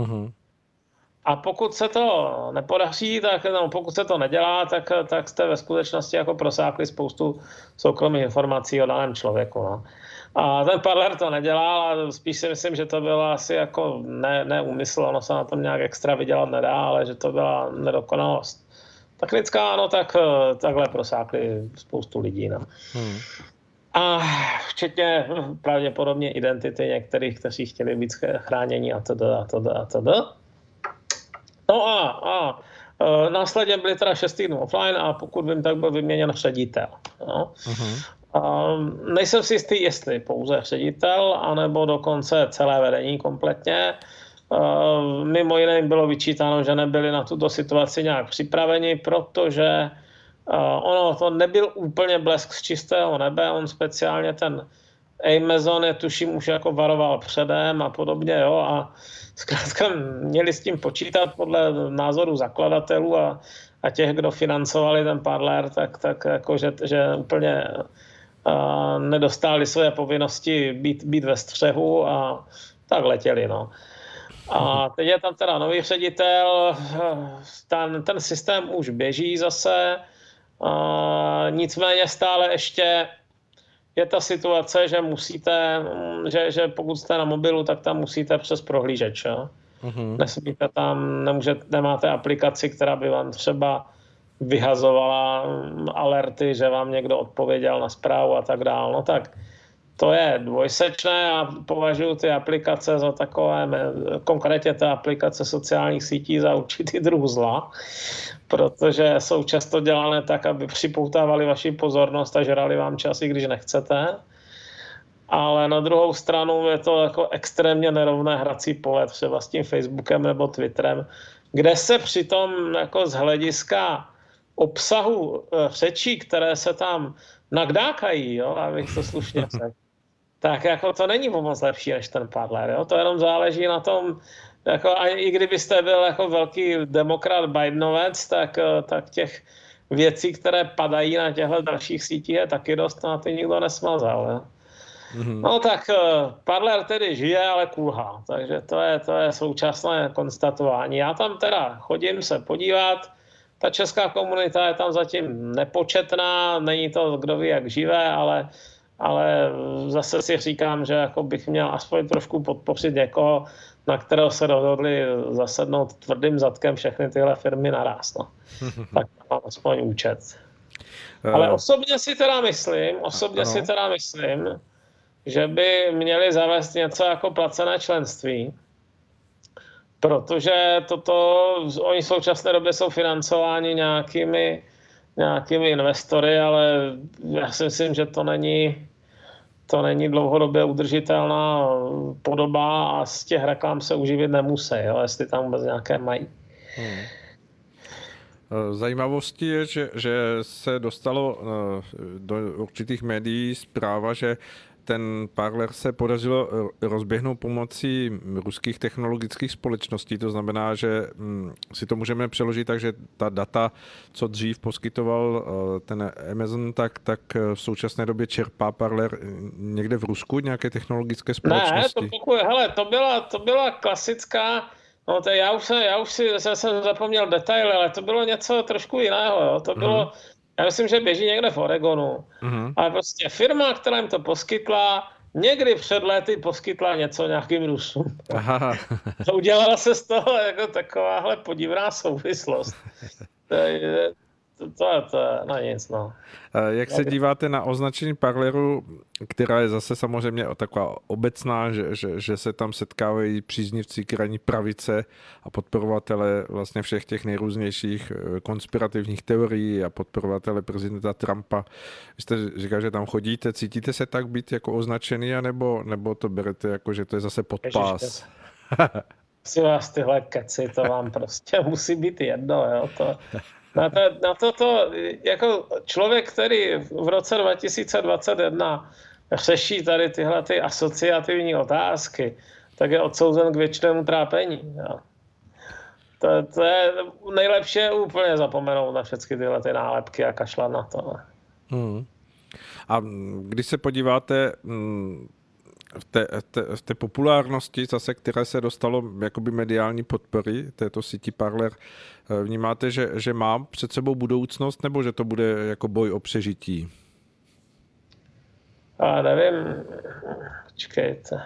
A pokud se to nepodaří, pokud se to nedělá, tak jste ve skutečnosti jako prosákli spoustu soukromých informací o daném člověku. No. A ten parler to nedělal a spíš si myslím, že to bylo asi jako neúmysl, ono se na tom nějak extra vydělat nedá, ale že to byla nedokonalost technická, no tak takhle prosákli spoustu lidí. No. A včetně pravděpodobně identity některých, kteří chtěli být chráněni a td. No a následně byli teda 6 týdnů offline a pokud vím, tak byl vyměněn ředitel. No. Nejsem si jistý, jestli pouze ředitel, anebo dokonce celé vedení kompletně. Mimo jiné bylo vyčítáno, že nebyli na tuto situaci nějak připraveni, protože ono to nebyl úplně blesk z čistého nebe, on speciálně ten Amazon je tuším už jako varoval předem a podobně, jo, a zkrátka měli s tím počítat podle názoru zakladatelů a těch, kdo financovali ten parler, tak jako, že úplně nedostali své povinnosti být ve střehu a tak letěli, no. A teď je tam teda nový ředitel, ten systém už běží zase, nicméně stále ještě je ta situace, že musíte, že pokud jste na mobilu, tak tam musíte přes prohlížeč. Jo? Nesmíte tam, nemáte aplikaci, která by vám třeba vyhazovala alerty, že vám někdo odpověděl na zprávu a tak dále. No tak to je dvojsečné a považuji ty aplikace za takové, konkrétně ta aplikace sociálních sítí za určitý druh zla, protože jsou často dělané tak, aby připoutávali vaši pozornost a žrali vám čas, i když nechcete. Ale na druhou stranu je to jako extrémně nerovné hrací pole, třeba s tím Facebookem nebo Twitterem, kde se přitom jako z hlediska obsahu řečí, které se tam nagdákají, jo, abych to slušně řekl, tak jako to není moc lepší než ten parler. Jo? To jenom záleží na tom, jako, a i kdybyste byl jako velký demokrat Bidenovec, tak těch věcí, které padají na těchto dalších sítích, je taky dost, a ty nikdo nesmazal. Jo? No tak parler tedy žije, ale kulhá. Takže to je současné konstatování. Já tam teda chodím se podívat, ta česká komunita je tam zatím nepočetná, není to kdo ví jak živé, ale ale zase si říkám, že jako bych měl aspoň trošku podpořit někoho, na kterého se rozhodli zasednout tvrdým zadkem všechny tyhle firmy naráz. No. Tak mám aspoň účet. Ale osobně si teda myslím, že by měli zavést něco jako placené členství, protože oni v současné době jsou financováni nějakými investory, ale já si myslím, že to není dlouhodobě udržitelná podoba a z těch reklam se uživit nemusí, jo, jestli tam vůbec nějaké mají. Zajímavostí je, že se dostalo do určitých médií zpráva, že ten Parler se podařilo rozběhnout pomocí ruských technologických společností. To znamená, že si to můžeme přeložit tak, že ta data, co dřív poskytoval ten Amazon, tak v současné době čerpá Parler někde v Rusku nějaké technologické společnosti. Ne, to byla klasická. No to já už jsem zapomněl detaily, ale to bylo něco trošku jiného. Jo. To bylo, já myslím, že běží někde v Oregonu. Ale prostě firma, která jim to poskytla, někdy před lety poskytla něco nějakým Rusům. Udělala se z toho jako takováhle podivná souvislost. To je na nic, no. Jak se díváte na označení Parleru, která je zase samozřejmě taková obecná, že se tam setkávají příznivci krajní pravice a podporovatele vlastně všech těch nejrůznějších konspirativních teorií a podporovatele prezidenta Trumpa. Vy jste říkal, že tam chodíte, cítíte se tak být jako označený, nebo to berete jako, že to je zase podpás? Si vás tyhle keci, to vám prostě musí být jedno, jo, Na toto, jako člověk, který v roce 2021 řeší tady tyhle ty asociativní otázky, tak je odsouzen k věčnému trápení. Jo. To je nejlepší úplně zapomenout na všechny tyhle ty nálepky a kašlat na to. A když se podíváte v té populárnosti, zase, které se dostalo jakoby mediální podpory této síti Parler, vnímáte, že má před sebou budoucnost, nebo že to bude jako boj o přežití? Nevím, počkejte.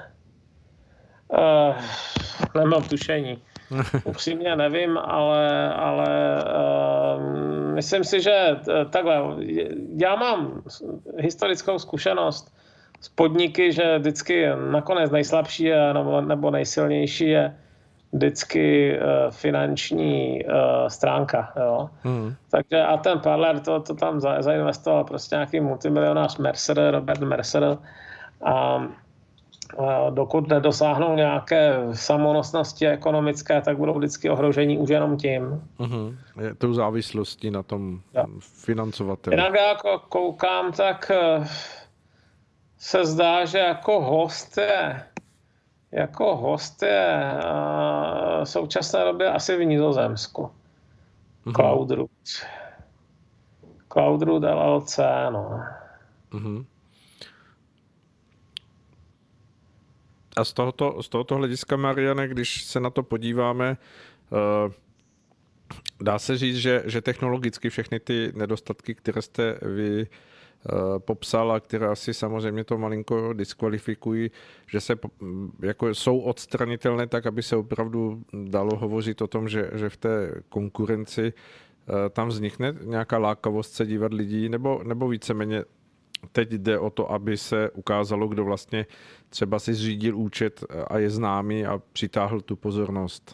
Nemám tušení. Upřímně nevím, ale myslím si, že takhle, já mám historickou zkušenost z podniky, že vždycky nakonec nejslabší nebo nejsilnější je vždycky finanční stránka. Jo. Takže a ten Parler to tam zainvestoval prostě nějaký multimilionář Robert Mercer a dokud nedosáhnou nějaké samonosnosti ekonomické, tak budou vždycky ohrožení už jenom tím. Je tou závislostí na tom financovateli. Jinak jako koukám, tak se zdá, že jako host je v současné době asi v Nizozemsku. Cloudroot LLC, no. A z tohoto hlediska, Mariane, když se na to podíváme, dá se říct, že technologicky všechny ty nedostatky, které jste vy popsal a které asi samozřejmě to malinko diskvalifikují, že se jako jsou odstranitelné tak, aby se opravdu dalo hovořit o tom, že v té konkurenci tam vznikne nějaká lákavost se dívat lidí, nebo víceméně teď jde o to, aby se ukázalo, kdo vlastně třeba si zřídil účet a je známý a přitáhl tu pozornost.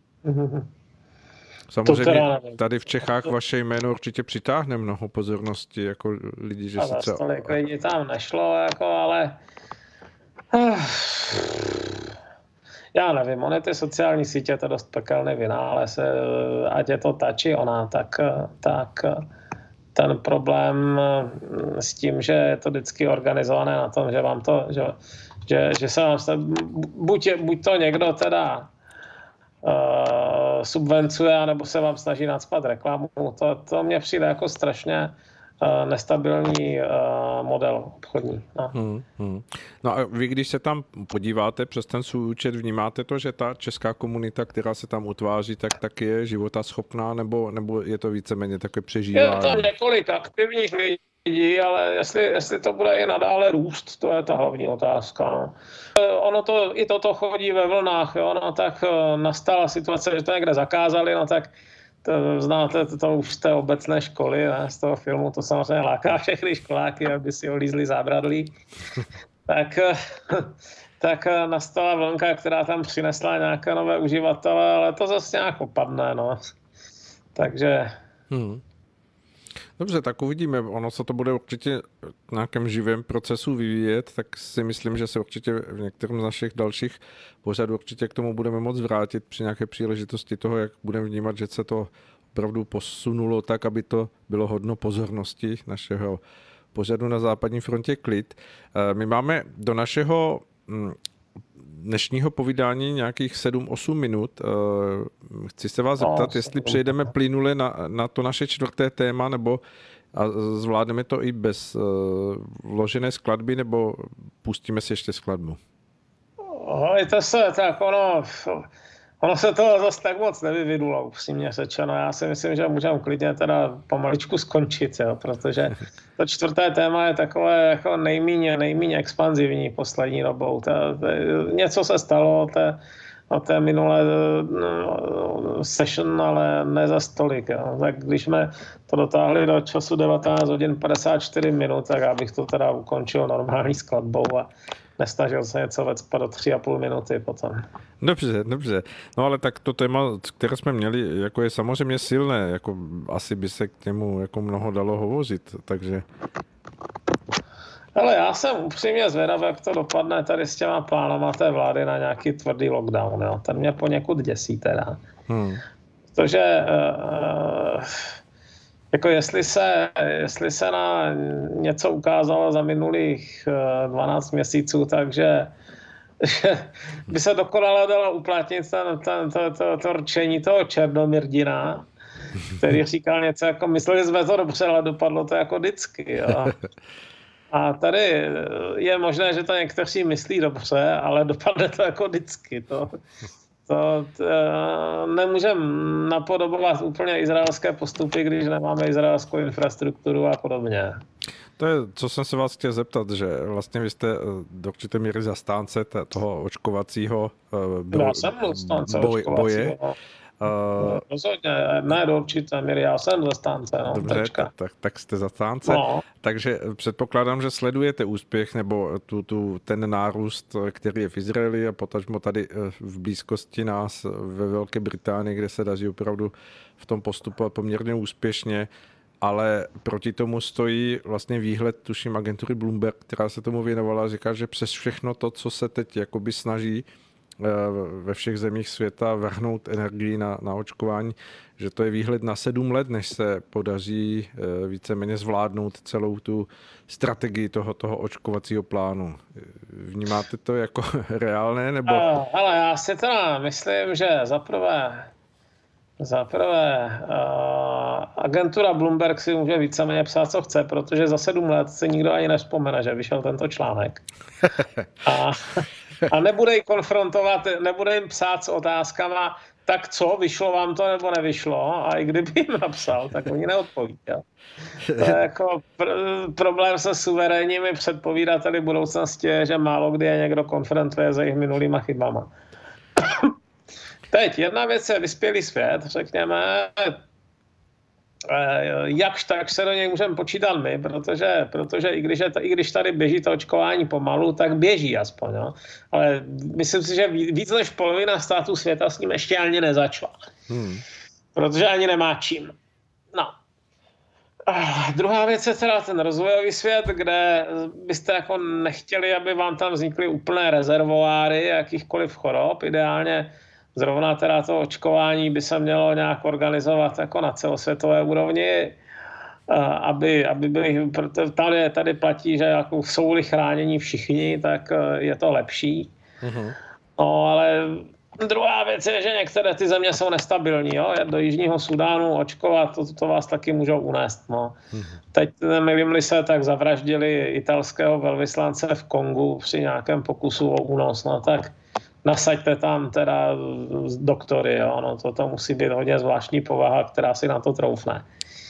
Samozřejmě tady v Čechách vaše jméno určitě přitáhne mnoho pozornosti, jako lidi, že sice... Tolik lidí tam nešlo, jako, ale... Já nevím, ony ty sociální sítě, to je dost pekelný vynález, ať je to ta či ona, tak ten problém s tím, že je to vždycky organizované na tom, že vám to, že se vám buď to někdo teda subvencuje, nebo se vám snaží nacpat reklamu. To mně přijde jako strašně nestabilní model obchodní. No a vy, když se tam podíváte přes ten svůj účet, vnímáte to, že ta česká komunita, která se tam utváří, tak je životaschopná, nebo je to víceméně takové přežívání? Je to několik aktivních lidí, lidí, ale jestli to bude i nadále růst, to je ta hlavní otázka. No. Ono to, i toto chodí ve vlnách, jo, no tak nastala situace, že to někde zakázali, no tak to, znáte to už z té obecné školy, ne, z toho filmu, to samozřejmě láká všechny školáky, aby si olízli zábradlí. Tak nastala vlnka, která tam přinesla nějaké nové uživatele, ale to zase nějak opadne, no. Takže... Dobře, tak uvidíme. Ono se to bude určitě v nějakém živém procesu vyvíjet, tak si myslím, že se určitě v některém z našich dalších pořadů určitě k tomu budeme moc vrátit při nějaké příležitosti toho, jak budeme vnímat, že se to opravdu posunulo tak, aby to bylo hodno pozornosti našeho pořadu Na západní frontě klid. My máme do našeho dnešního povídání nějakých 7-8 minut. Chci se vás zeptat, jestli přejdeme plynule na to naše čtvrté téma, nebo a zvládneme to i bez vložené skladby, nebo pustíme si ještě skladbu? Hejte se, tak ono se toho zase tak moc nevyvinulo, upřímně řečeno. Já si myslím, že můžeme klidně teda pomaličku skončit, jo, protože to čtvrté téma je takové jako nejméně expanzivní poslední dobou. Něco se stalo o té minulé session, ale ne za stolik. Jo. Tak když jsme to dotáhli do času 19 hodin 54 minut, tak já bych to teda ukončil normální skladbou a nesnažil se něco vecpat do 3,5 minuty potom. Dobře. No ale tak to téma, které jsme měli, jako je samozřejmě silné, jako asi by se k němu jako mnoho dalo hovořit, takže... Ale já jsem upřímně zvědav, jak to dopadne tady s těma plánama té vlády na nějaký tvrdý lockdown, jo. Ten mě poněkud děsí teda. Protože jako jestli se na něco ukázalo za minulých 12 měsíců, takže by se dokonale dalo uplatnit to rčení toho Černomyrdina, který říkal něco jako, mysleli jsme to dobře, ale dopadlo to jako vždycky. Jo. A tady je možné, že to někteří myslí dobře, ale dopadne to jako vždycky. To nemůžeme napodobovat úplně izraelské postupy, když nemáme izraelskou infrastrukturu a podobně. To je, co jsem se vás chtěl zeptat, že vlastně vy jste do určité míry zastánce toho očkovacího boje. Rozhodně, ne do určité míry, já jsem zastánce. No, dobře, tak jste zastánce. No. Takže předpokládám, že sledujete úspěch nebo ten nárůst, který je v Izraeli a potažmo tady v blízkosti nás ve Velké Británii, kde se daří opravdu v tom postupovat poměrně úspěšně, ale proti tomu stojí vlastně výhled, tuším, agentury Bloomberg, která se tomu věnovala a říká, že přes všechno to, co se teď jakoby snaží ve všech zemích světa vrhnout energii na očkování, že to je výhled na 7 let, než se podaří víceméně zvládnout celou tu strategii toho očkovacího plánu. Vnímáte to jako reálné? Nebo... Ale já si teda myslím, že zaprvé agentura Bloomberg si může víceméně psát, co chce, protože za 7 let se nikdo ani nevzpomene, že vyšel tento článek. A nebude ji konfrontovat, nebude jim psát s otázkama, tak co, vyšlo vám to nebo nevyšlo? A i kdyby jim napsal, tak oni neodpoví. To je jako problém se suverénními předpovídateli budoucnosti, že málo kdy je někdo konfrontuje s jejich minulýma chybama. Teď jedna věc je vyspělý svět, řekněme, jakž tak se do něj můžeme počítat my, protože i když tady běží to očkování pomalu, tak běží aspoň. No. Ale myslím si, že víc než polovina států světa s ním ještě ani nezačala. Protože ani nemá čím. No. Druhá věc je teda ten rozvojový svět, kde byste jako nechtěli, aby vám tam vznikly úplné rezervoáry jakýchkoliv chorob. Ideálně zrovna teda to očkování by se mělo nějak organizovat jako na celosvětové úrovni, aby byli, tady platí, že jako jsou-li chránění všichni, tak je to lepší. No, ale druhá věc je, že některé ty země jsou nestabilní. Jo? Do Jižního Sudánu očkovat, to vás taky můžou unést. No. Teď, nevím-li se, tak zavraždili italského velvyslance v Kongu při nějakém pokusu o únos. No, tak nasaďte tam teda doktory, jo? No, to musí být hodně zvláštní povaha, která si na to troufne.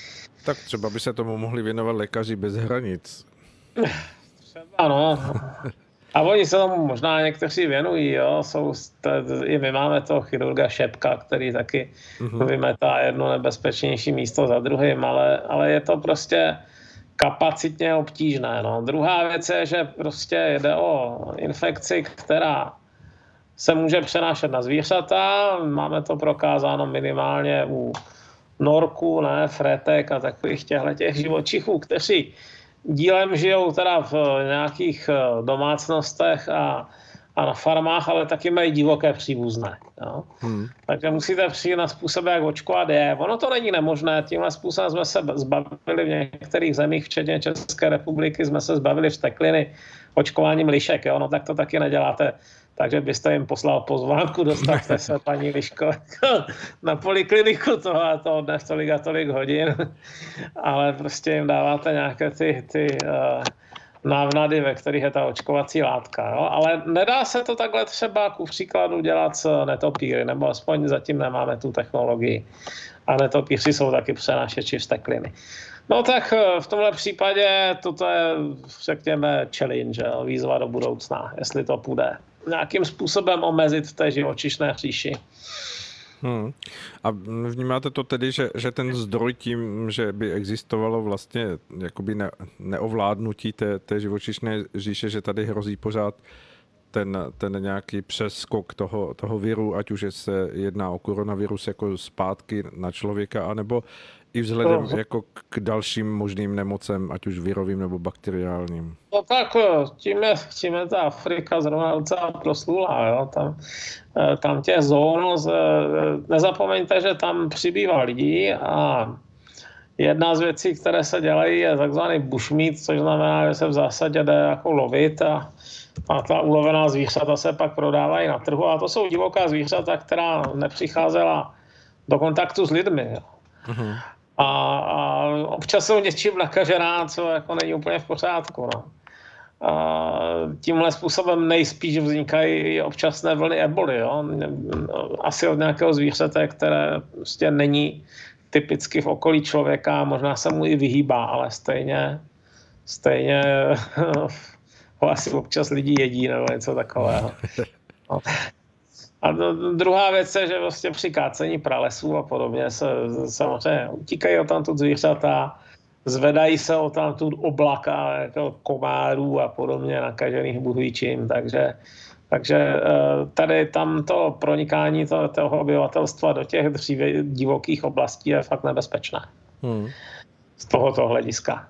Tak třeba by se tomu mohli věnovat lékaři bez hranic. Třeba, no. A oni se tomu možná někteří věnují, jo. I my máme toho chirurga Šepka, který taky vymetá jedno nebezpečnější místo za druhým, ale je to prostě kapacitně obtížné. No. Druhá věc je, že prostě jde o infekci, která se může přenášet na zvířata. Máme to prokázáno minimálně u norků, fretek a takových těch živočichů, kteří dílem žijou teda v nějakých domácnostech a na farmách, ale taky mají divoké příbuzné. Jo? Takže musíte přijít na způsob, jak očkovat je. Ono to není nemožné, tímhle způsobem jsme se zbavili v některých zemích, včetně České republiky, jsme se zbavili vstekliny očkováním lišek. Jo? No tak to taky neděláte. Takže byste jim poslal pozvánku, dostavte se, paní Liško, na polikliniku toho a to dnes tolik a tolik hodin, ale prostě jim dáváte nějaké ty návnady, ve kterých je ta očkovací látka. Jo? Ale nedá se to takhle třeba ku příkladu dělat s netopíry, nebo aspoň zatím nemáme tu technologii. A netopíři jsou taky přenášeči vstekliny. No tak v tomhle případě toto je, řekněme, challenge, výzva do budoucna, jestli to půjde nějakým způsobem omezit v té živočišné říši. A vnímáte to tedy, že ten zdroj tím, že by existovalo vlastně jakoby neovládnutí té živočišné říše, že tady hrozí pořád ten nějaký přeskok toho viru, ať už se jedná o koronavirus jako zpátky na člověka, anebo i vzhledem jako k dalším možným nemocem, ať už virovým nebo bakteriálním. No tak tím je ta Afrika zrovna docela proslulá. Jo? Tam těch zón, nezapomeňte, že tam přibývá lidí a jedna z věcí, které se dělají, je takzvaný bushmeat, což znamená, že se v zásadě jde jako lovit a ta ulovená zvířata se pak prodávají na trhu. A to jsou divoká zvířata, která nepřicházela do kontaktu s lidmi. Jo. A občas jsou něčím nakažená, co jako není úplně v pořádku. No. A tímhle způsobem nejspíš vznikají občasné vlny eboli. Jo. Asi od nějakého zvířete, které prostě není typicky v okolí člověka, možná se mu i vyhýbá, ale stejně ho asi občas lidi jedí nebo něco takového. No. A druhá věc je, že vlastně při kácení pralesů a podobně se samozřejmě utíkají odtamtud zvířata, zvedají se odtamtud oblaka jako komárů a podobně nakažených buhvíčím, takže tady tam to pronikání toho obyvatelstva do těch dříve divokých oblastí je fakt nebezpečné. Z tohoto hlediska.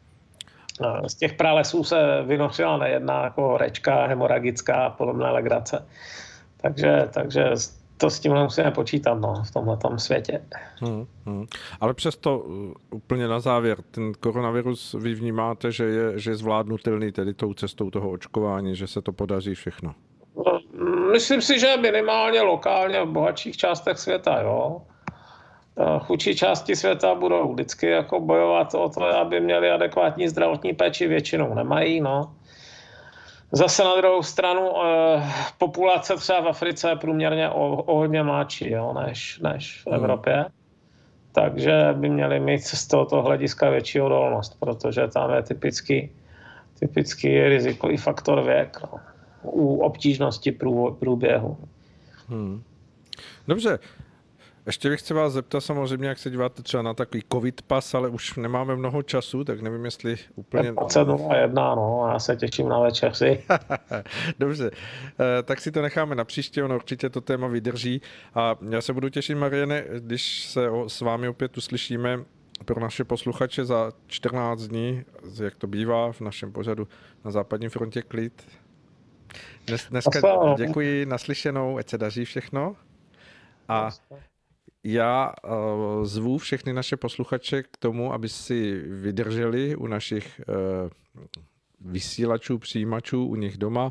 Z těch pralesů se vynořila nejedna jako horečka, hemoragická a podobná legrace. Takže to s tímhle musíme počítat v tomhletom světě. Ale přesto úplně na závěr, ten koronavirus vy vnímáte, že je zvládnutelný tedy tou cestou toho očkování, že se to podaří všechno? Myslím si, že minimálně lokálně v bohatších částech světa, jo. Chudší části světa budou vždycky jako bojovat o to, aby měli adekvátní zdravotní péči, většinou nemají, no. Zase na druhou stranu populace třeba v Africe je průměrně o hodně mladší, jo, než v Evropě. Takže by měli mít z tohoto hlediska větší odolnost, protože tam je typický rizikový faktor věk, no, u obtížnosti průběhu. Dobře. Ještě bych se vás zeptal samozřejmě, jak se díváte třeba na takový covid pas, ale už nemáme mnoho času, tak nevím, jestli úplně... 20.01, no, já se těším na večeři. Dobře, tak si to necháme na příště, ono určitě to téma vydrží a já se budu těšit, Mariane, když se s vámi opět uslyšíme pro naše posluchače za 14 dní, jak to bývá v našem pořadu Na západní frontě klid. Dneska děkuji, naslyšenou, ať se daří všechno a já zvu všechny naše posluchače k tomu, aby si vydrželi u našich vysílačů, přijímačů u nich doma,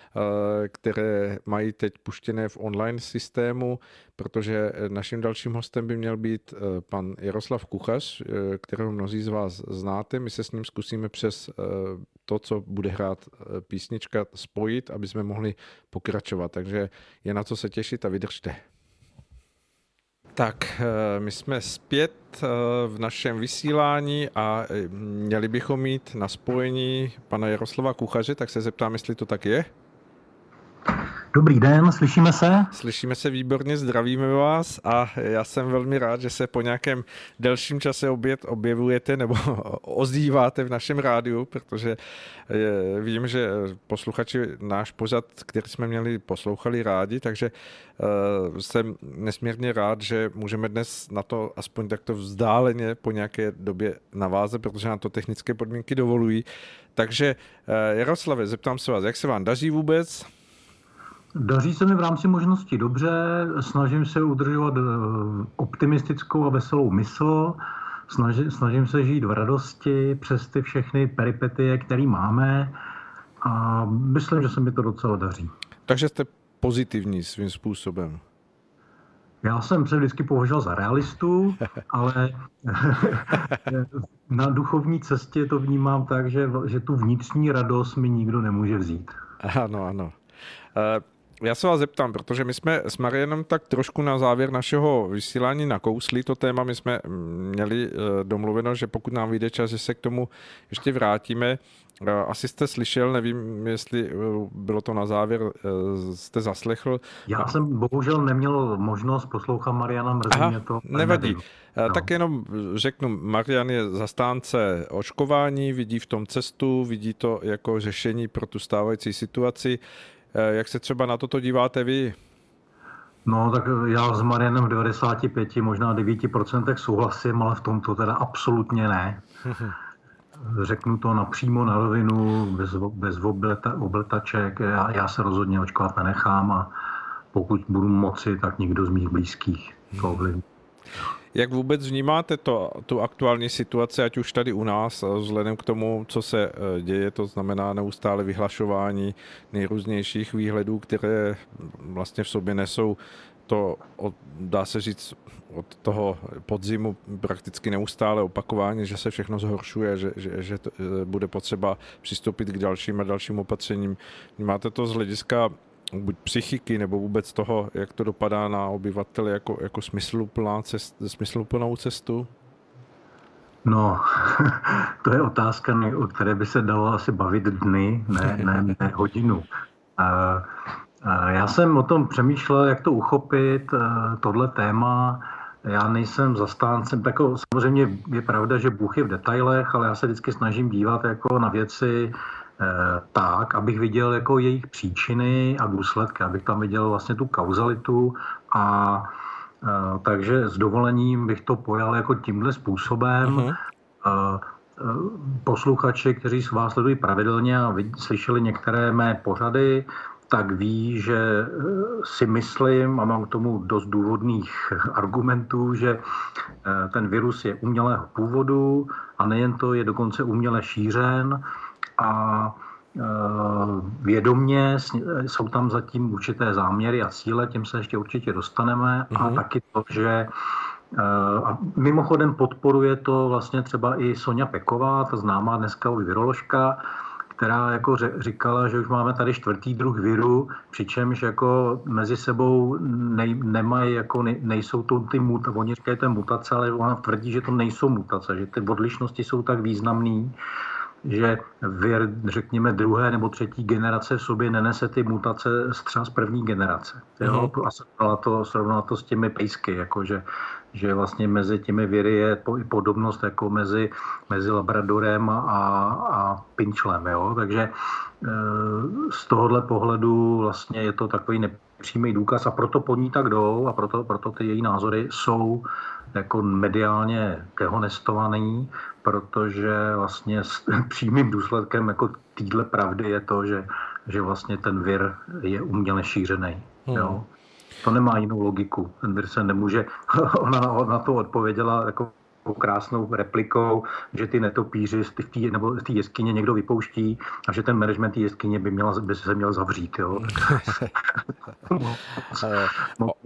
které mají teď puštěné v online systému, protože naším dalším hostem by měl být pan Jaroslav Kuchař, kterého mnozí z vás znáte. My se s ním zkusíme přes to, co bude hrát písnička, spojit, aby jsme mohli pokračovat. Takže je na co se těšit a vydržte. Tak, my jsme zpět v našem vysílání a měli bychom mít na spojení pana Jaroslava Kuchaře, tak se zeptám, jestli to tak je. Dobrý den, slyšíme se? Slyšíme se výborně, zdravíme vás a já jsem velmi rád, že se po nějakém delším čase objevujete nebo ozýváte v našem rádiu, protože vím, že posluchači náš pořad, který jsme měli, poslouchali rádi, takže jsem nesmírně rád, že můžeme dnes na to aspoň takto vzdáleně po nějaké době navázat, protože nám to technické podmínky dovolují. Takže Jaroslave, zeptám se vás, jak se vám daří vůbec? Daří se mi v rámci možností dobře, snažím se udržovat optimistickou a veselou mysl, snažím se žít v radosti přes ty všechny peripetie, které máme a myslím, že se mi to docela daří. Takže jste pozitivní svým způsobem. Já jsem se vždycky považoval za realistu, ale na duchovní cestě to vnímám tak, že tu vnitřní radost mi nikdo nemůže vzít. Ano. Já se vás zeptám, protože my jsme s Marianem tak trošku na závěr našeho vysílání nakousli to téma. My jsme měli domluveno, že pokud nám vyjde čas, že se k tomu ještě vrátíme. Asi jste slyšel, nevím, jestli bylo to na závěr, jste zaslechl. Já jsem bohužel neměl možnost poslouchat Mariana, mrzí mě to. Nevadí. No. Tak jenom řeknu, Marian je zastánce očkování, vidí v tom cestu, vidí to jako řešení pro tu stávající situaci. Jak se třeba na toto díváte vy? No, tak já s Marianem v 95, možná 9% souhlasím, ale v tomto teda absolutně ne. Řeknu to napřímo na rovinu, bez obletaček. Já se rozhodně očkovat nenechám a pokud budu moci, tak nikdo z mých blízkých to ovlivní. Jak vůbec vnímáte tu aktuální situaci, ať už tady u nás, vzhledem k tomu, co se děje, to znamená neustále vyhlašování nejrůznějších výhledů, které vlastně v sobě nesou to, dá se říct, od toho podzimu prakticky neustále opakování, že se všechno zhoršuje, že to bude potřeba přistoupit k dalším a dalším opatřením. Vnímáte to z hlediska buď psychiky, nebo vůbec toho, jak to dopadá na obyvatele jako smysluplnou cestu? No, to je otázka, o které by se dalo asi bavit dny, ne hodinu. Já jsem o tom přemýšlel, jak to uchopit, tohle téma. Já nejsem zastáncem, samozřejmě je pravda, že Bůh je v detailech, ale já se vždycky snažím dívat jako na věci tak, abych viděl jako jejich příčiny a důsledky, abych tam viděl vlastně tu kauzalitu a takže s dovolením bych to pojal jako tímhle způsobem. Posluchači, kteří s vás sledují pravidelně a slyšeli některé mé pořady, tak ví, že si myslím, a mám k tomu dost důvodných argumentů, že ten virus je umělého původu a nejen to, je dokonce uměle šířen a vědomě jsou tam zatím určité záměry a cíle, tím se ještě určitě dostaneme a taky to, že a mimochodem podporuje to vlastně třeba i Sonja Peková, ta známá dneska viroložka, která jako říkala, že už máme tady 4. druh viru, přičemž jako mezi sebou nemají, jako nejsou to ty mutace, oni říkají, to je mutace, ale ona tvrdí, že to nejsou mutace, že ty odlišnosti jsou tak významný, že vir, řekněme, 2. nebo 3. generace v sobě nenese ty mutace třeba z 1. generace. Jo? A srovnala to s těmi pejsky, jakože že vlastně mezi těmi viry je podobnost jako mezi labradorem a pinčlem. Jo? Takže z tohohle pohledu vlastně je to takový nepřímý důkaz a proto po ní tak jdou a proto ty její názory jsou jako mediálně dehonestovaný, protože vlastně s přímým důsledkem jako téhle pravdy je to, že vlastně ten vir je uměle šířený. Jo? To nemá jinou logiku. Ten vir se nemůže, ona to odpověděla jako krásnou replikou, že ty netopíři z té jeskyně někdo vypouští a že ten management té jeskyně by se měl zavřít. Jo?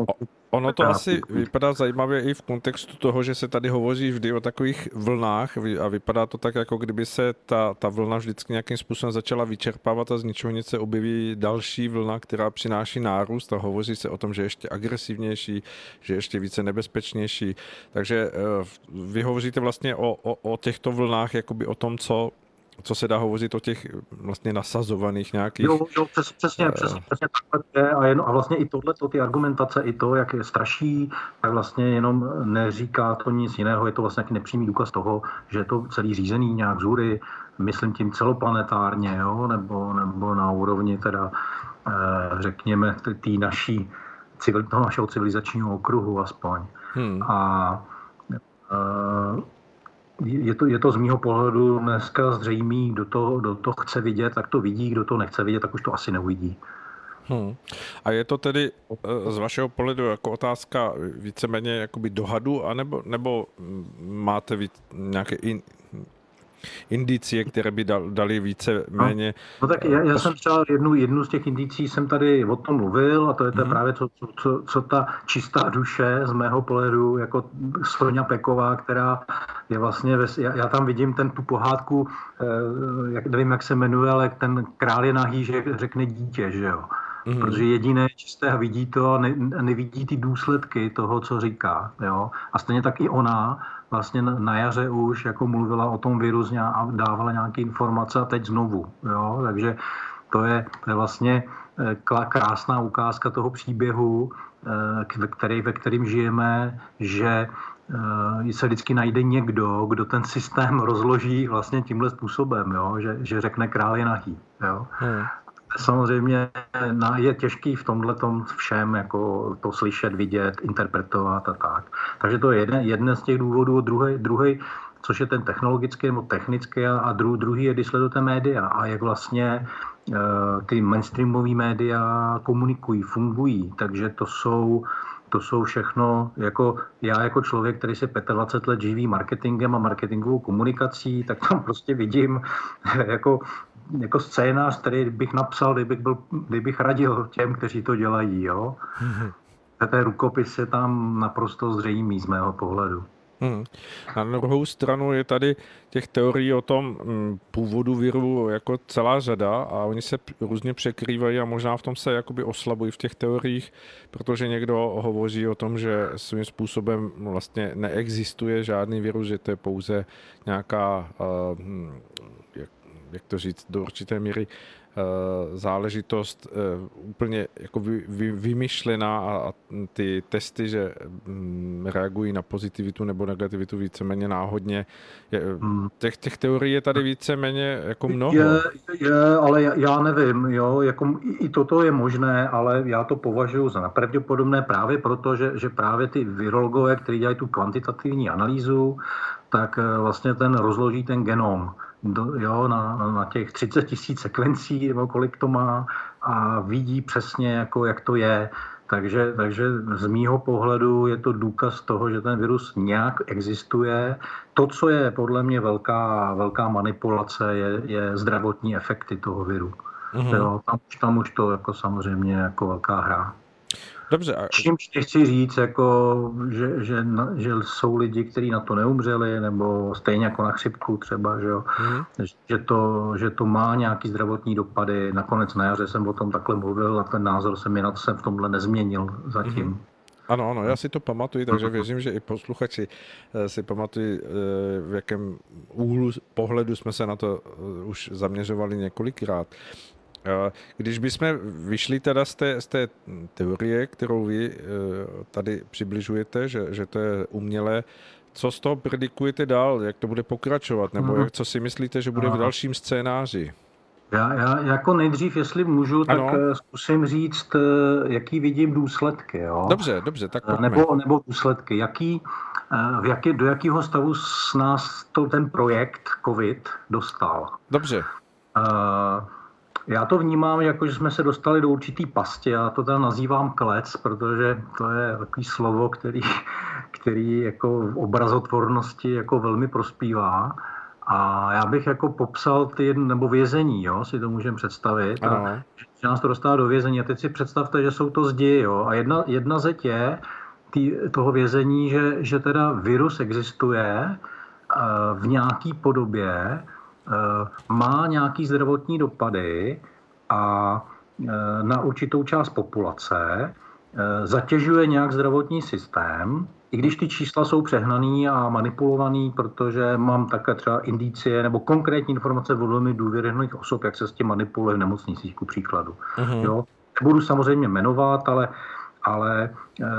Ono to asi vypadá zajímavě i v kontextu toho, že se tady hovoří vždy o takových vlnách a vypadá to tak, jako kdyby se ta vlna vždycky nějakým způsobem začala vyčerpávat a z ničeho nic se objeví další vlna, která přináší nárůst a hovoří se o tom, že je ještě agresivnější, že je ještě více nebezpečnější. Takže vy hovoříte vlastně o těchto vlnách, jakoby o tom, co se dá hovořit o těch vlastně nasazovaných nějakých... Jo, přesně takhle. A vlastně i tohleto, ty argumentace, i to, jak je straší, tak vlastně jenom neříká to nic jiného. Je to vlastně nějaký nepřímý důkaz toho, že je to celý řízený nějak vzhůry, myslím tím celoplanetárně, jo? Nebo na úrovni teda, řekněme, toho našeho civilizačního okruhu aspoň. A je to z mýho pohledu dneska zřejmý, kdo to chce vidět, tak to vidí, kdo to nechce vidět, tak už to asi neuvidí. A je to tedy z vašeho pohledu jako otázka víceméně jakoby dohadu, nebo máte nějaké indicie, které by dali více méně... No tak já jsem třeba jednu z těch indicí jsem tady o tom mluvil a to je právě co ta čistá duše z mého pohledu jako Soňa Peková, která je vlastně, já tam vidím tu pohádku, nevím, jak se jmenuje, ale ten král je nahý, že řekne dítě, že jo. Protože jediné čisté a vidí to a nevidí ty důsledky toho, co říká. Jo? A stejně tak i ona vlastně na jaře už jako mluvila o tom viru a dávala nějaké informace a teď znovu. Jo? Takže to je vlastně krásná ukázka toho příběhu, ve kterým žijeme, že se vždycky najde někdo, kdo ten systém rozloží vlastně tímhle způsobem, jo? Že řekne král je nahý. Jo? Samozřejmě je těžký v tomhletom všem jako to slyšet, vidět, interpretovat a tak. Takže to je jeden z těch důvodů. Druhý, což je ten technologický nebo technický a druhý je, když sledujete média a jak vlastně ty mainstreamové média komunikují, fungují. Takže to jsou všechno, jako já jako člověk, který se 25 let živí marketingem a marketingovou komunikací, tak tam prostě vidím jako scénář, který bych napsal, kdybych radil těm, kteří to dělají. Jo? Ten rukopis je tam naprosto zřejmý z mého pohledu. Na druhou stranu je tady těch teorií o tom původu viru jako celá řada a oni se různě překrývají a možná v tom se jakoby oslabují v těch teoriích, protože někdo hovoří o tom, že svým způsobem vlastně neexistuje žádný virus, že to je pouze nějaká, jak to říct, do určité míry záležitost úplně jako vymyšlená a ty testy, že reagují na pozitivitu nebo negativitu víceméně náhodně. Těch teorií je tady víceméně jako mnoho. Ale já nevím, jo, jako i toto je možné, ale já to považuji za nepravděpodobné právě proto, že právě ty virologové, kteří dělají tu kvantitativní analýzu, tak vlastně ten rozloží ten genom. Na těch 30 000 sekvencí, nebo kolik to má, a vidí přesně, jako, jak to je. Takže z mýho pohledu je to důkaz toho, že ten virus nějak existuje. To, co je podle mě velká manipulace, je zdravotní efekty toho viru. Jo, tam už to jako samozřejmě jako velká hra. Dobře. Čímž chci říct, jako, že jsou lidi, kteří na to neumřeli, nebo stejně jako na chřipku třeba, že, jo? Že to má nějaký zdravotní dopady. Nakonec na jaře jsem o tom takhle mluvil a ten názor se mi v tomhle nezměnil zatím. Ano, já si to pamatuju, takže věřím, že i posluchači si pamatují, v jakém úhlu pohledu jsme se na to už zaměřovali několikrát. Když bychom vyšli teda z té teorie, kterou vy tady přibližujete, že to je umělé, co z toho predikujete dál, jak to bude pokračovat, nebo co si myslíte, že bude v dalším scénáři? Já jako nejdřív, jestli můžu, tak zkusím říct, jaký vidím důsledky. Jo? Dobře, tak pojďme. Nebo důsledky, do jakého stavu s nás ten projekt COVID dostal. Dobře. Já to vnímám, jako že jsme se dostali do určitý pasti, já to teda nazývám klec, protože to je takový slovo, který jako v obrazotvornosti jako velmi prospívá. A já bych jako popsal nebo vězení, jo, si to můžeme představit. A že nás to dostává do vězení. A teď si představte, že jsou to zdi, jo. A jedna zeď je, toho vězení, že teda virus existuje v nějaký podobě, má nějaký zdravotní dopady a na určitou část populace, zatěžuje nějak zdravotní systém, i když ty čísla jsou přehnaný a manipulovaný, protože mám také třeba indicie nebo konkrétní informace od velmi důvěryhodných osob, jak se s tím manipuluje v nemocnicích, ku příkladu. Jo? Nebudu samozřejmě jmenovat, ale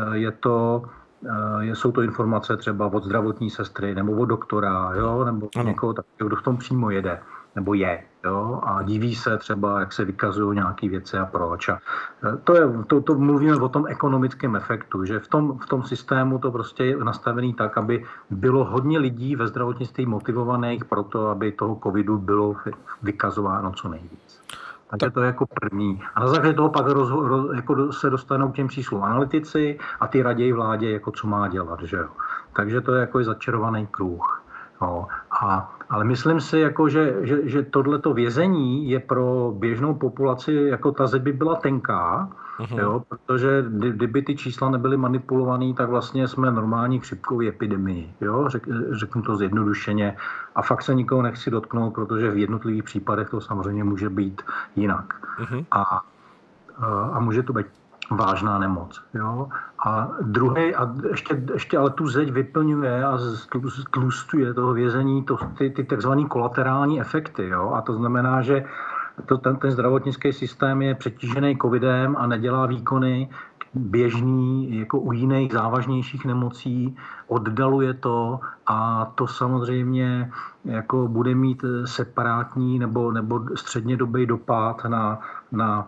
jsou to informace třeba od zdravotní sestry nebo od doktora, jo? Nebo někoho takového, kdo v tom přímo jede nebo je, jo? A diví se třeba, jak se vykazují nějaké věci a proč. A to mluvíme o tom ekonomickém efektu, že v tom systému to prostě je nastavený tak, aby bylo hodně lidí ve zdravotnictví motivovaných pro to, aby toho covidu bylo vykazováno co nejvíc. Takže to je jako první. A na základě toho pak jako se dostanou k těm číslům analytici a ty raději vládě, jako co má dělat. Že jo? Takže to je jako začarovaný kruh. No. Ale myslím si, jako, že tohleto vězení je pro běžnou populaci, jako ta zeď by byla tenká, jo? Protože kdyby ty čísla nebyly manipulované, tak vlastně jsme normální chřipkový epidemii. Jo? Řeknu to zjednodušeně. A fakt se nikoho nechci dotknout, protože v jednotlivých případech to samozřejmě může být jinak. A může to být vážná nemoc. Jo? A druhý, a ještě ale tu zeď vyplňuje a tlustuje toho vězení ty takzvané kolaterální efekty. Jo? A to znamená, že ten zdravotnický systém je přetížený covidem a nedělá výkony běžný, jako u jiných závažnějších nemocí, oddaluje to a to samozřejmě jako bude mít separátní nebo střednědobý dopad na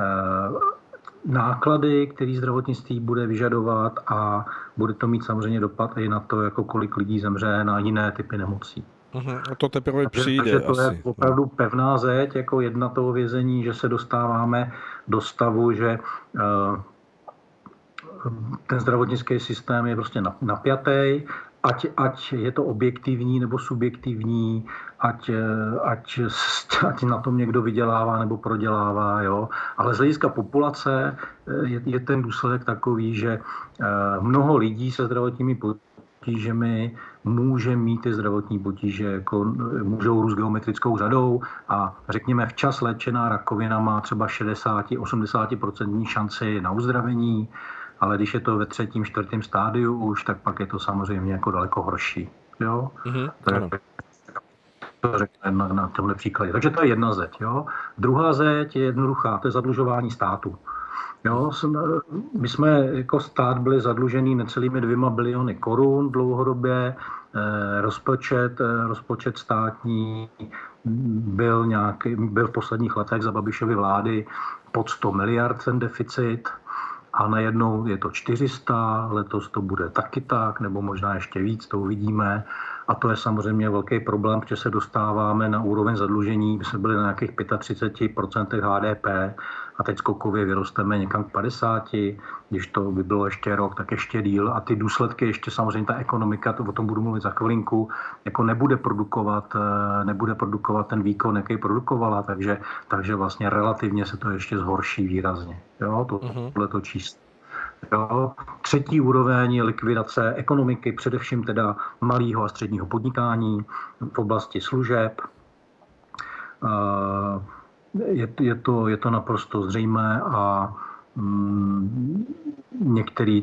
náklady, který zdravotnictví bude vyžadovat a bude to mít samozřejmě dopad i na to, jako kolik lidí zemře na jiné typy nemocí. A to teprve přijde. Takže to je opravdu pevná zeď, jako jedna toho vězení, že se dostáváme do stavu, že ten zdravotnický systém je prostě napjatý, ať je to objektivní nebo subjektivní, ať na tom někdo vydělává nebo prodělává. Jo? Ale z hlediska populace je ten důsledek takový, že mnoho lidí se zdravotními potížemi může mít ty zdravotní potíže, jako můžou růst geometrickou řadou a řekněme včas léčená rakovina má třeba 60-80% šanci na uzdravení, ale když je to ve 3., 4. stádiu už, tak pak je to samozřejmě jako daleko horší. Jo? To řekne na tomhle příkladě. Takže to je jedna zeď. Jo? Druhá zeď je jednoduchá, to je zadlužování státu. Jo? My jsme jako stát byli zadlužený necelými 2 biliony korun dlouhodobě. Rozpočet státní byl v posledních letech za Babišovy vlády pod 100 miliard ten deficit. A najednou je to 400, letos to bude taky tak, nebo možná ještě víc, to uvidíme. A to je samozřejmě velký problém, protože se dostáváme na úroveň zadlužení, my jsme byli na nějakých 35% HDP a teď skokově vyrosteme někam k 50, když to by bylo ještě rok, tak ještě díl. A ty důsledky ještě samozřejmě ta ekonomika, o tom budu mluvit za chvilinku, jako nebude produkovat ten výkon, jaký produkovala, takže vlastně relativně se to ještě zhorší výrazně. Jo, tohleto číslo. Jo. Třetí úroveň je likvidace ekonomiky, především teda malého a středního podnikání v oblasti služeb. Je to naprosto zřejmé a některé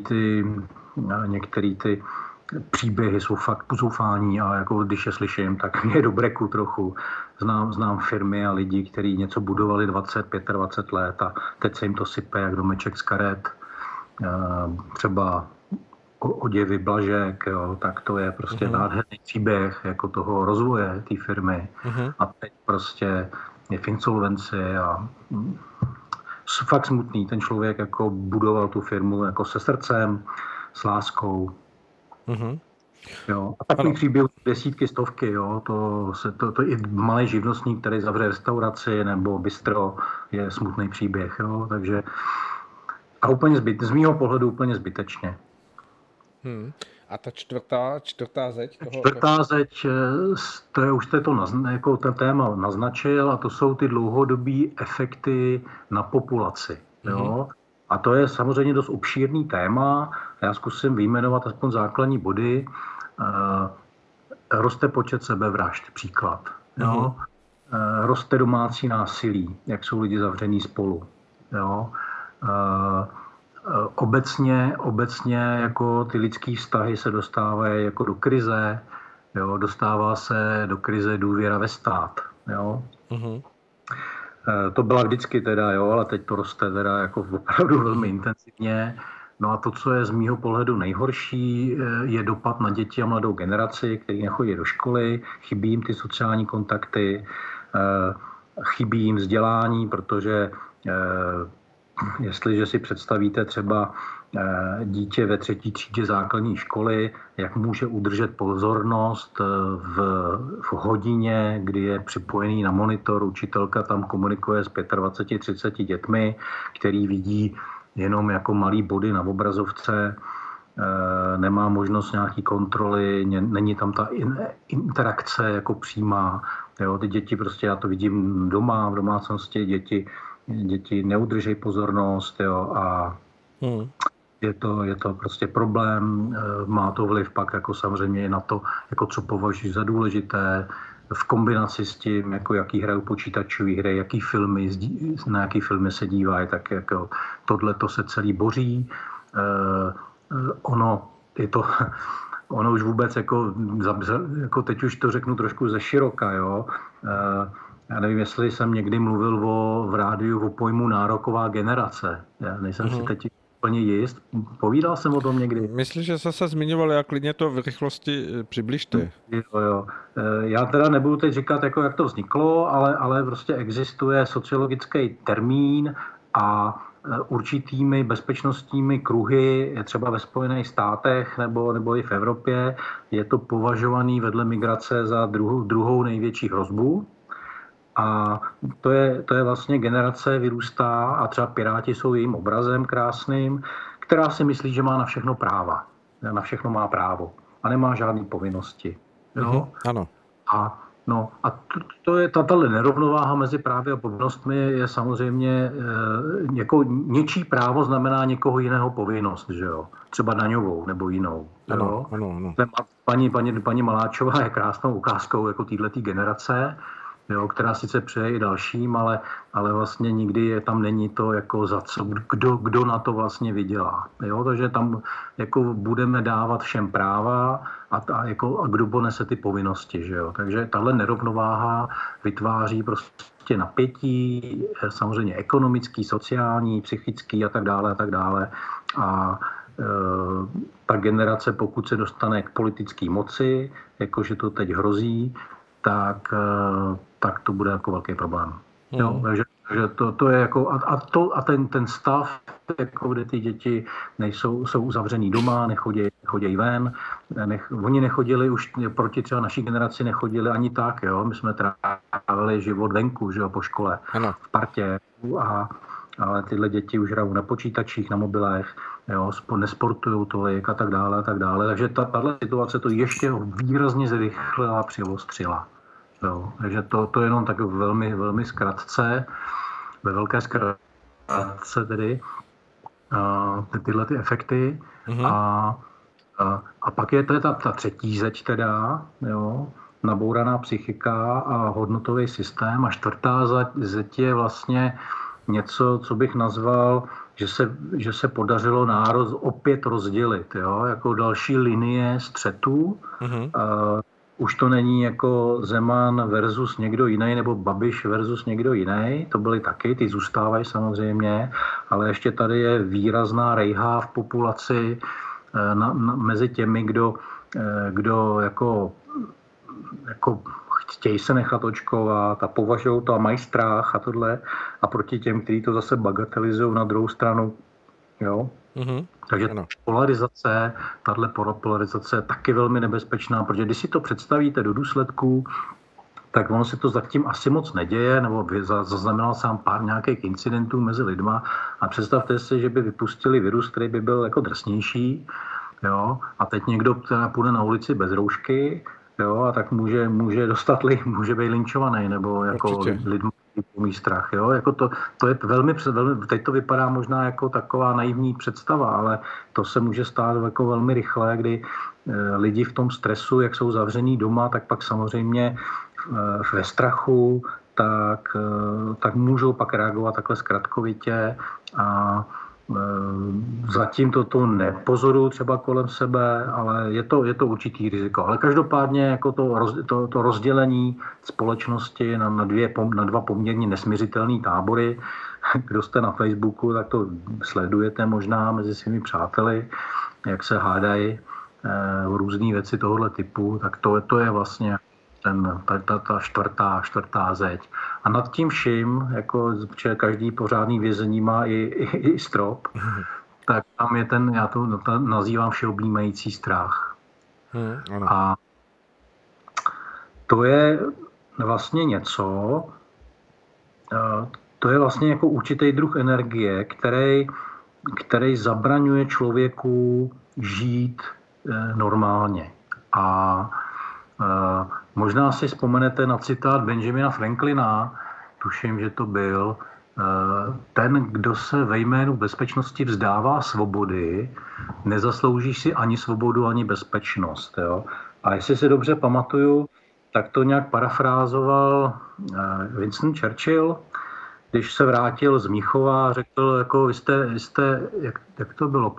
ty příběhy jsou fakt pozoufání a jako když je slyším, tak mě je do breku trochu. Znám firmy a lidi, kteří něco budovali 25 let a teď se jim to sype jak domeček z karet. Třeba oděvy, Blažek, jo, tak to je prostě nádherný příběh jako toho rozvoje té firmy. A teď prostě je v insolvenci a fakt smutný. Ten člověk jako budoval tu firmu jako se srdcem, s láskou. Jo. A takový příběh desítky, stovky, jo. To i malý živnostník, který zavře restauraci nebo bistro, je smutný příběh. Jo. Takže a z mýho pohledu úplně zbytečně. A ta čtvrtá zeď toho? Čtvrtá zeď, už jste to jako ten téma naznačil, a to jsou ty dlouhodobé efekty na populaci. Jo? A to je samozřejmě dost obšírný téma. Já zkusím vyjmenovat aspoň základní body. Roste počet sebevražd, příklad. Jo? Roste domácí násilí, jak jsou lidi zavření spolu. Jo? Obecně jako ty lidský vztahy se dostávají jako do krize. Jo? Dostává se do krize důvěra ve stát. Jo? To byla vždycky teda, jo, ale teď to roste teda jako opravdu velmi intenzivně. No a to, co je z mýho pohledu nejhorší, je dopad na děti a mladou generaci, kteří nechodí do školy, chybí jim ty sociální kontakty, chybí jim vzdělání, protože jestliže si představíte třeba dítě ve 3. třídě základní školy, jak může udržet pozornost v hodině, kdy je připojený na monitor, učitelka tam komunikuje s 25-30 dětmi, který vidí jenom jako malý body na obrazovce, nemá možnost nějaký kontroly, není tam ta interakce jako přímá. Jo, ty děti prostě, já to vidím doma, v domácnosti, děti neudržejí pozornost, jo, a je to prostě problém, má to vliv pak jako samozřejmě na to, jako co považuji za důležité, v kombinaci s tím, jako jaký hrajou počítačové hry, na jaký filmy se dívají, tak jako tohle to se celý boří. Ono už vůbec jako teď už to řeknu trošku ze široka, jo. Já nevím, jestli jsem někdy mluvil v rádiu o pojmu nároková generace. Já nejsem si teď úplně jist. Povídal jsem o tom někdy. Myslím, že se zmiňoval, jak klidně to v rychlosti přibližte. Jo. Já teda nebudu teď říkat, jako jak to vzniklo, ale prostě existuje sociologický termín a určitými bezpečnostními kruhy, třeba ve Spojených státech nebo i v Evropě, je to považovaný vedle migrace za druhou největší hrozbu. A to je vlastně generace vyrůstá, a třeba Piráti jsou jejím obrazem krásným, která si myslí, že má na všechno práva. Na všechno má právo a nemá žádné povinnosti. Jo? Ano. A to je tato nerovnováha mezi právy a povinnostmi je samozřejmě jako něčí právo znamená někoho jiného povinnost, že jo? Třeba daňovou nebo jinou. Ano. Paní Maláčová je krásnou ukázkou jako téhletý generace, jo, která sice přeje i dalším, ale vlastně nikdy tam není to jako za co, kdo na to vlastně vydělá. Jo? Takže tam jako budeme dávat všem práva a kdo ponese ty povinnosti. Že jo? Takže tahle nerovnováha vytváří prostě napětí, samozřejmě ekonomický, sociální, psychický a tak dále. A ta generace, pokud se dostane k politické moci, jakože to teď hrozí, tak to bude jako velký problém. Jo, takže to je jako a ten stav, jako kde ty děti jsou uzavřený doma, nechodí ven, oni nechodili už proti třeba naší generaci nechodili ani tak, jo, my jsme trávili život venku, že jo, po škole, v partě, ale tyhle děti už hrajou na počítačích, na mobilech, jo, nesportují tolik a tak dále, takže tahle situace to ještě výrazně zrychlila, přiostřila. Jo, takže to jenom tak velmi, velmi zkratce, ve velké zkratce tedy tyhle ty efekty. A pak je to ta třetí zeď teda, jo, nabouraná psychika a hodnotový systém. A čtvrtá zeď je vlastně něco, co bych nazval, že se podařilo národ opět rozdělit, jo, jako další linie střetů. Už to není jako Zeman versus někdo jiný, nebo Babiš versus někdo jiný, to byly taky, ty zůstávají samozřejmě, ale ještě tady je výrazná rejha v populaci mezi těmi, kdo jako chtějí se nechat očkovat a považují to a mají strach a tohle, a proti těm, kteří to zase bagatelizují na druhou stranu, jo. Takže tahle polarizace je taky velmi nebezpečná, protože když si to představíte do důsledků, tak ono se to zatím asi moc neděje, nebo zaznamenal jsem pár nějakých incidentů mezi lidma a představte si, že by vypustili virus, který by byl jako drsnější, jo, a teď někdo půjde na ulici bez roušky, jo, a tak může být linčovaný, nebo jako lidma vědomý strach. Jo? Jako to je velmi, teď to vypadá možná jako taková naivní představa, ale to se může stát jako velmi rychle, kdy lidi v tom stresu, jak jsou zavřený doma, tak pak samozřejmě ve strachu, tak můžou pak reagovat takhle zkratkovitě a zatím to nepozoruju třeba kolem sebe, ale je to určitý riziko. Ale každopádně jako to rozdělení společnosti na dva poměrně nesmiřitelné tábory, kdo jste na Facebooku, tak to sledujete možná mezi svými přáteli, jak se hádají různé věci tohohle typu, tak to je vlastně ta čtvrtá zeď. A nad tím vším, jako že každý pořádný vězení má i strop, tak tam je já to nazývám všeobjímající strach. A to je vlastně něco, to je vlastně jako určitý druh energie, který zabraňuje člověku žít normálně. A možná si vzpomenete na citát Benjamina Franklina, tuším, že to byl, ten, kdo se ve jménu bezpečnosti vzdává svobody, nezaslouží si ani svobodu, ani bezpečnost. Jo? A jestli si dobře pamatuju, tak to nějak parafrázoval Winston Churchill, když se vrátil z Mnichova, řekl, jako vy jste jak to bylo,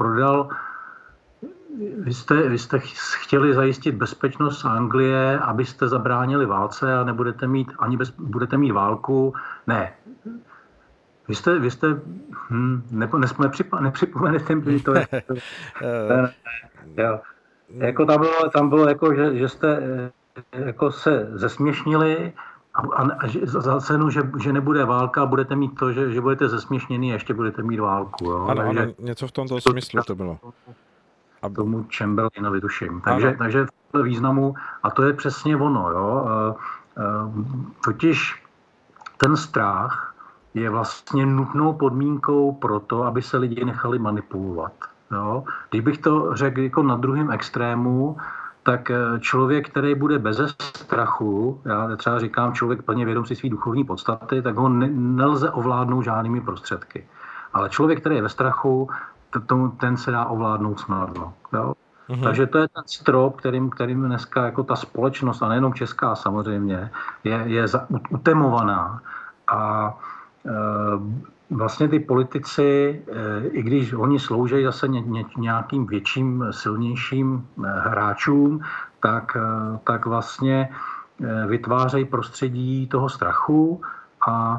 vy jste chtěli zajistit bezpečnost Anglie, abyste zabránili válce a budete mít válku. Ne. Vy jste nepřipomenete mi to. Jako tam bylo jako, že jste jako se zesměšnili a za cenu, že nebude válka, budete mít to, že budete zesměšněný a ještě budete mít válku. Jo? Ano, něco v tomto smyslu to bylo. A tomu Chamberlainovi tuším. Takže v významu, a to je přesně ono. Jo? Totiž ten strach je vlastně nutnou podmínkou pro to, aby se lidi nechali manipulovat. Jo? Když bych to řekl jako na druhém extrému, tak člověk, který bude beze strachu, já třeba říkám člověk plně vědom si svý duchovní podstaty, tak ho nelze ovládnout žádnými prostředky. Ale člověk, který je ve strachu, ten se dá ovládnout snadno. Jo? Takže to je ten strop, kterým dneska jako ta společnost, a nejenom česká samozřejmě, je utemovaná. A vlastně ty politici, i když oni slouží zase nějakým větším, silnějším hráčům, tak vlastně vytvářejí prostředí toho strachu a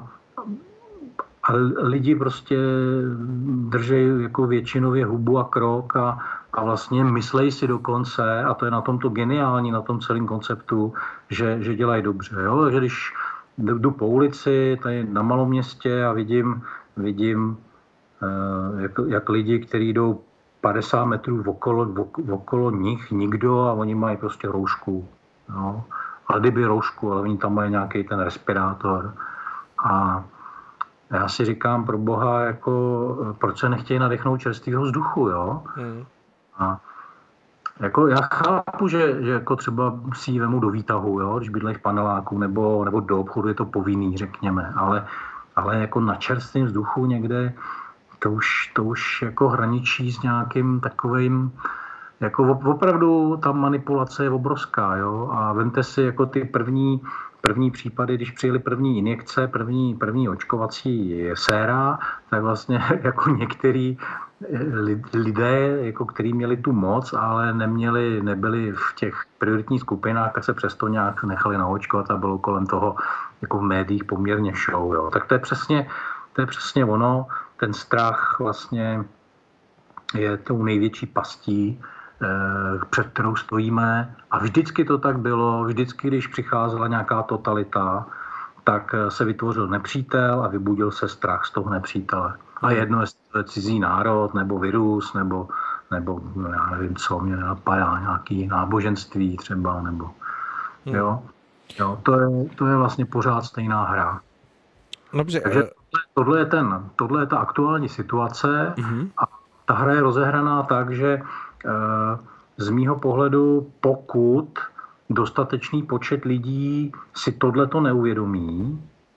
lidi prostě drží jako většinově hubu a krok a vlastně myslejí si dokonce, a to je na tomto geniální, na tom celém konceptu, že dělají dobře. Jo? Že když jdu po ulici tady na Maloměstě a vidím jak lidi, kteří jdou 50 metrů okolo nich, nikdo, a oni mají prostě roušku. No. Ale kdyby roušku, ale oni tam mají nějaký ten respirátor. A já si říkám, pro boha, jako, proč se nechtějí nadechnout čerstvého vzduchu, jo? A jako já chápu, že jako třeba si ji vemu do výtahu, jo? Když bydlejí v paneláku nebo do obchodu, je to povinný, řekněme, ale jako na čerstvém vzduchu někde to už jako hraničí s nějakým takovým, jako opravdu ta manipulace je obrovská, jo? A vemte si jako ty první případy, když přijeli první injekce, první očkovací séra, tak vlastně jako některý lidé, jako kteří měli tu moc, ale nebyli v těch prioritních skupinách, tak se přesto nějak nechali naočkovat a bylo kolem toho jako v médiích poměrně show. Jo. Tak to je přesně ono. Ten strach vlastně je tou největší pastí, před kterou stojíme. A vždycky to tak bylo, vždycky, když přicházela nějaká totalita, tak se vytvořil nepřítel a vybudil se strach z toho nepřítele. A jedno je cizí národ, nebo virus, nebo já nevím co, mě napadá nějaký náboženství třeba, nebo jo, to je vlastně pořád stejná hra. Dobře. Takže tohle je ta aktuální situace a ta hra je rozehraná tak, že z mýho pohledu, pokud dostatečný počet lidí si tohleto neuvědomí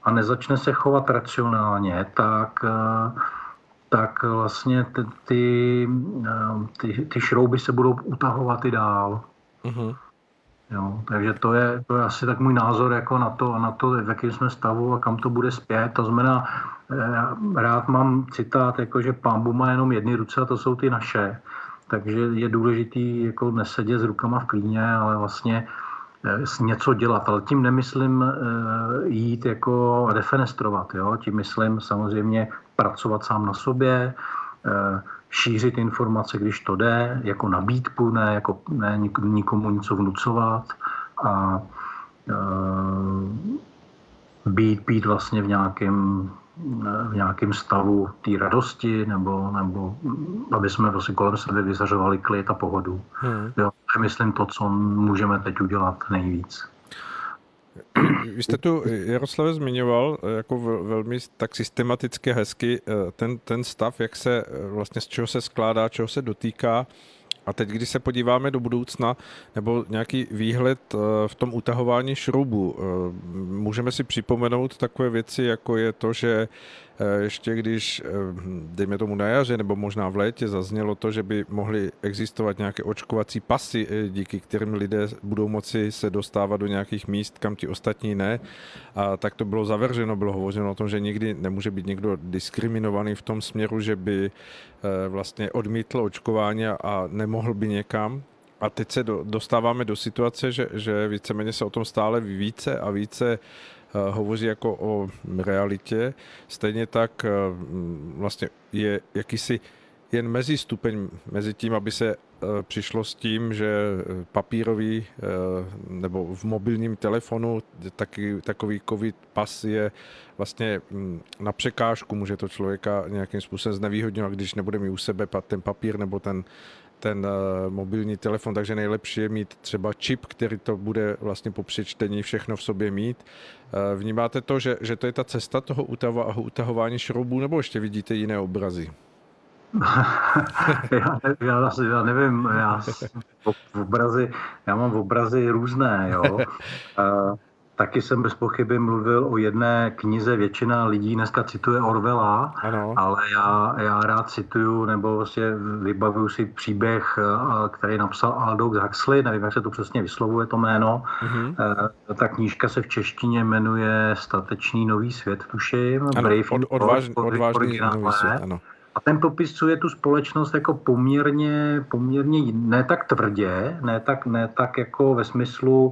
a nezačne se chovat racionálně, tak vlastně ty šrouby se budou utahovat i dál. Jo, takže to je asi tak můj názor jako na to, v jakém jsme stavu a kam to bude zpět. To znamená, rád mám citát, jako, že Pán Bůh má jenom jedny ruce a to jsou ty naše. Takže je důležitý jako nesedět s rukama v klíně, ale vlastně něco dělat. Ale tím nemyslím jít jako defenestrovat. Jo? Tím myslím samozřejmě pracovat sám na sobě, šířit informace, když to jde, jako nabídku, ne nikomu něco vnucovat a být vlastně v nějakém stavu té radosti, nebo aby jsme vlastně kolem sebe vyzařovali klid a pohodu. Jo, to je, myslím, to, co můžeme teď udělat nejvíc. Vy jste tu, Jaroslave, zmiňoval jako velmi tak systematicky hezky ten stav, jak se vlastně z čeho se skládá, čeho se dotýká. A teď, když se podíváme do budoucna, nebo nějaký výhled v tom utahování šroubů, můžeme si připomenout takové věci, jako je to, že ještě když, dejme tomu na jaře, nebo možná v létě, zaznělo to, že by mohly existovat nějaké očkovací pasy, díky kterým lidé budou moci se dostávat do nějakých míst, kam ti ostatní ne. A tak to bylo zavrženo, bylo hovořeno o tom, že nikdy nemůže být někdo diskriminovaný v tom směru, že by vlastně odmítl očkování a nemohl by někam. A teď se dostáváme do situace, že víceméně se o tom stále více a více hovoří jako o realitě. Stejně tak vlastně je jakýsi jen mezistupeň mezi tím, aby se přišlo s tím, že papírový nebo v mobilním telefonu takový covid pas je vlastně na překážku, může to člověka nějakým způsobem znevýhodňovat, když nebude mít u sebe ten papír nebo ten mobilní telefon, takže nejlepší je mít třeba čip, který to bude vlastně po přečtení všechno v sobě mít. Vnímáte to, že to je ta cesta toho utahování šroubů, nebo ještě vidíte jiné obrazy? já nevím, já mám obrazy různé, jo. Taky jsem bez pochyby mluvil o jedné knize, většina lidí dneska cituje Orwella, ano. Ale já rád cituju, nebo vlastně vybavuju si příběh, který napsal Aldous Huxley, nevím, jak se to přesně vyslovuje, to jméno. Ta knížka se v češtině jmenuje Statečný nový svět, tuším. Ano, odvážný nový svět, ano. A ten popisuje tu společnost jako poměrně ne tak tvrdě, ne tak jako ve smyslu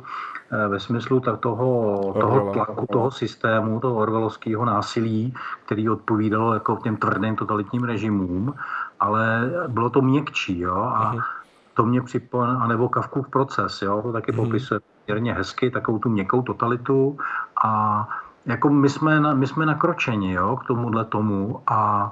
toho tlaku, toho systému, toho orwellovského násilí, který odpovídalo jako těm tvrdým totalitním režimům, ale bylo to měkčí, jo, a to mě připomíná, anebo Kafkův proces, jo, to taky popisuje poměrně hezky, takovou tu měkkou totalitu a jako my jsme nakročeni, jo, k tomuhle tomu a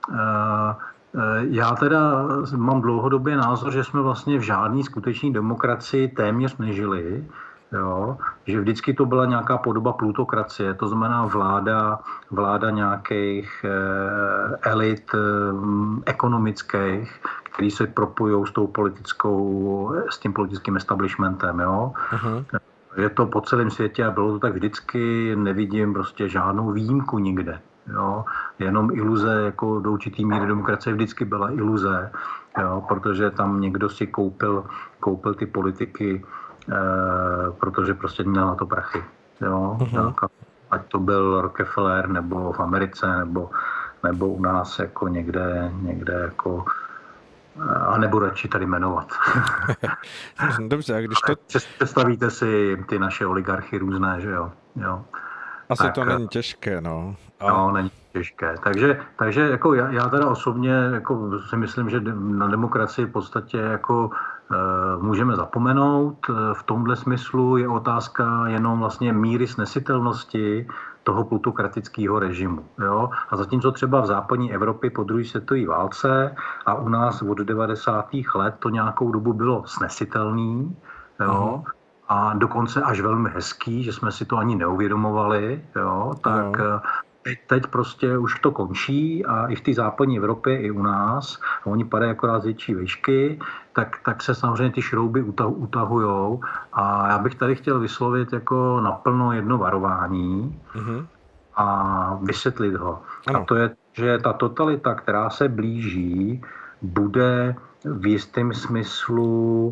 já teda mám dlouhodobě názor, že jsme vlastně v žádný skutečný demokracii téměř nežili, jo? Že vždycky to byla nějaká podoba plutokracie, to znamená vláda nějakých elit ekonomických, který se propojují s tím politickým establishmentem. Jo? Je to po celém světě a bylo to tak vždycky, nevidím prostě žádnou výjimku nikde. Jo, jenom iluze, jako do určitý míry demokracie vždycky byla iluze, jo, protože tam někdo si koupil ty politiky, protože prostě měl na to prachy. Jo, ať to byl Rockefeller, nebo v Americe, nebo u nás jako někde jako, a nebudu radši tady jmenovat. Dobře, a když to... Představíte si ty naše oligarchy různé, že jo? Asi tak, to není těžké, no. No, není těžké. Takže jako já teda osobně jako si myslím, že na demokracii v podstatě jako můžeme zapomenout. V tomhle smyslu je otázka jenom vlastně míry snesitelnosti toho plutokratického režimu. Jo? A zatímco třeba v západní Evropě po druhé světové válce a u nás od 90. let to nějakou dobu bylo snesitelný, jo? A dokonce až velmi hezký, že jsme si to ani neuvědomovali, jo? Tak teď prostě už to končí a i v té západní Evropě, i u nás, a oni padají akorát z větší výšky, tak se samozřejmě ty šrouby utahujou. A já bych tady chtěl vyslovit jako naplno jedno varování. a vysvětlit ho. Ano. A to je, že ta totalita, která se blíží, bude v jistém smyslu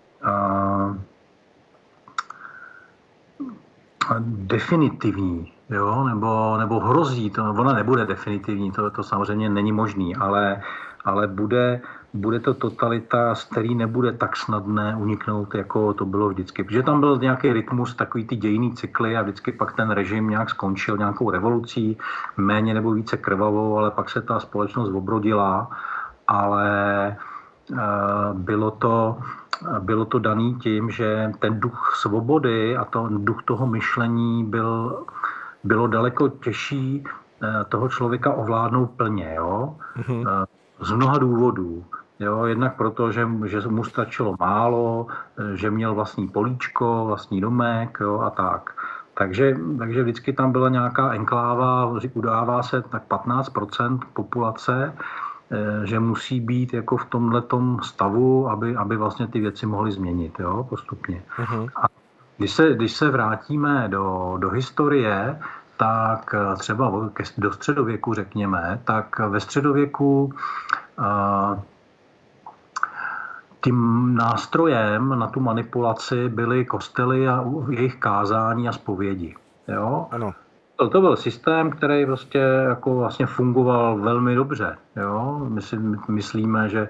definitivní, jo? Nebo hrozí, ona nebude definitivní, to samozřejmě není možný, ale bude to totalita, z který nebude tak snadné uniknout, jako to bylo vždycky. Protože tam byl nějaký rytmus, takový ty dějinný cykly a vždycky pak ten režim nějak skončil nějakou revolucí, méně nebo více krvavou, ale pak se ta společnost obrodila, ale bylo to daný tím, že ten duch svobody a duch toho myšlení bylo daleko těžší toho člověka ovládnout plně, jo? Mm-hmm. Z mnoha důvodů. Jo? Jednak proto, že mu stačilo málo, že měl vlastní políčko, vlastní domek, jo? A tak. Takže vždycky tam byla nějaká enkláva, udává se tak 15% populace, že musí být jako v tomhletom stavu, aby vlastně ty věci mohly změnit, jo, postupně. Uh-huh. A když se vrátíme do historie, tak třeba do středověku, řekněme, tak ve středověku tím nástrojem na tu manipulaci byly kostely a jejich kázání a zpovědi. Jo? Ano. To byl systém, který prostě jako vlastně fungoval velmi dobře. Jo? My si myslíme, že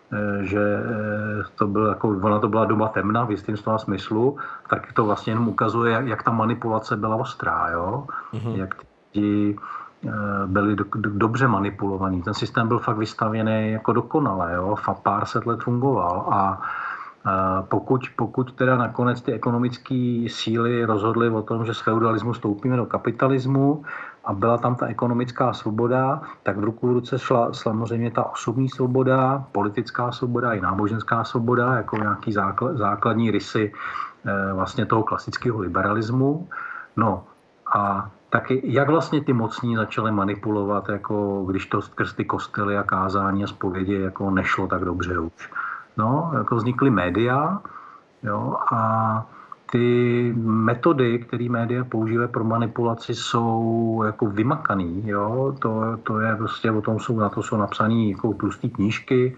to byl jako, ona to byla doba temna v jistém slova smyslu, tak to vlastně jenom ukazuje, jak ta manipulace byla ostrá. Jo? Mm-hmm. Jak ti byli dobře manipulovaní. Ten systém byl fakt vystavěný jako dokonale. Jo? Pár set let fungoval a pokud teda nakonec ty ekonomické síly rozhodly o tom, že z feudalismu stoupíme do kapitalismu a byla tam ta ekonomická svoboda, tak v ruku v ruce šla samozřejmě ta osobní svoboda, politická svoboda i náboženská svoboda, jako nějaký základní rysy vlastně toho klasického liberalismu. No a taky jak vlastně ty mocní začaly manipulovat, jako když to skrz ty kostely a kázání a zpovědi jako nešlo tak dobře už. No, jako vznikly média, jo, a ty metody, které média používají pro manipulaci, jsou jako vymakaný, jo, to je prostě, na to jsou napsané jako tlusté knížky,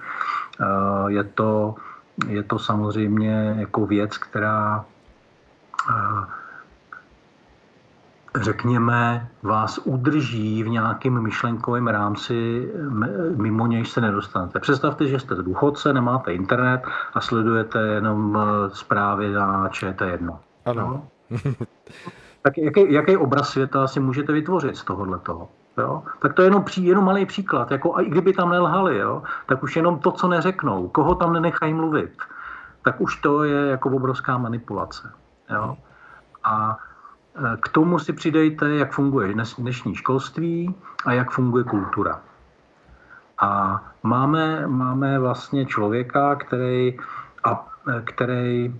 je to samozřejmě jako věc, která řekněme, vás udrží v nějakém myšlenkovém rámci, mimo něj se nedostanete. Představte, že jste důchodce, nemáte internet a sledujete jenom zprávy na ČT1. Ano. No? Tak jaký obraz světa si můžete vytvořit z tohohletoho? Jo? Tak to je jenom malý příklad. Jako, a i kdyby tam nelhali, jo? Tak už jenom to, co neřeknou, koho tam nenechají mluvit, tak už to je jako obrovská manipulace. Jo? A k tomu si přidejte, jak funguje dnešní školství a jak funguje kultura. A máme vlastně člověka, který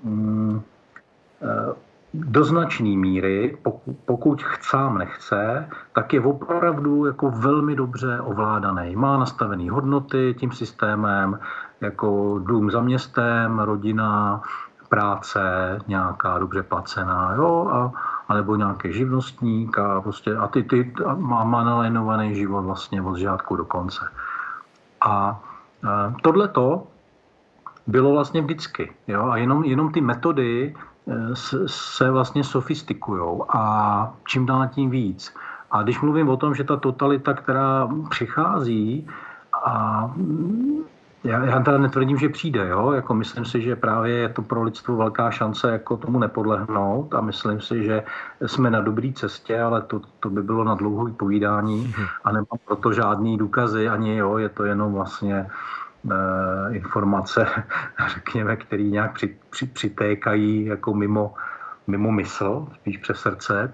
do značné míry, pokud sám nechce, tak je opravdu jako velmi dobře ovládaný. Má nastavené hodnoty tím systémem, jako dům za městem, rodina, práce nějaká dobře placená, jo, a nebo nějaký živnostník a prostě má nalajnovaný život vlastně od začátku do konce. A tohleto bylo vlastně vždycky, jo, a jenom ty metody se vlastně sofistikujou a čím dál tím víc. A když mluvím o tom, že ta totalita, která přichází a já teda netvrdím, že přijde, jo? Jako myslím si, že právě je to pro lidstvo velká šance jako tomu nepodlehnout a myslím si, že jsme na dobré cestě, ale to by bylo na dlouhé povídání a nemám proto žádný důkazy ani, jo, je to jenom vlastně informace, řekněme, které nějak přitékají jako mimo mysl, spíš přes srdce,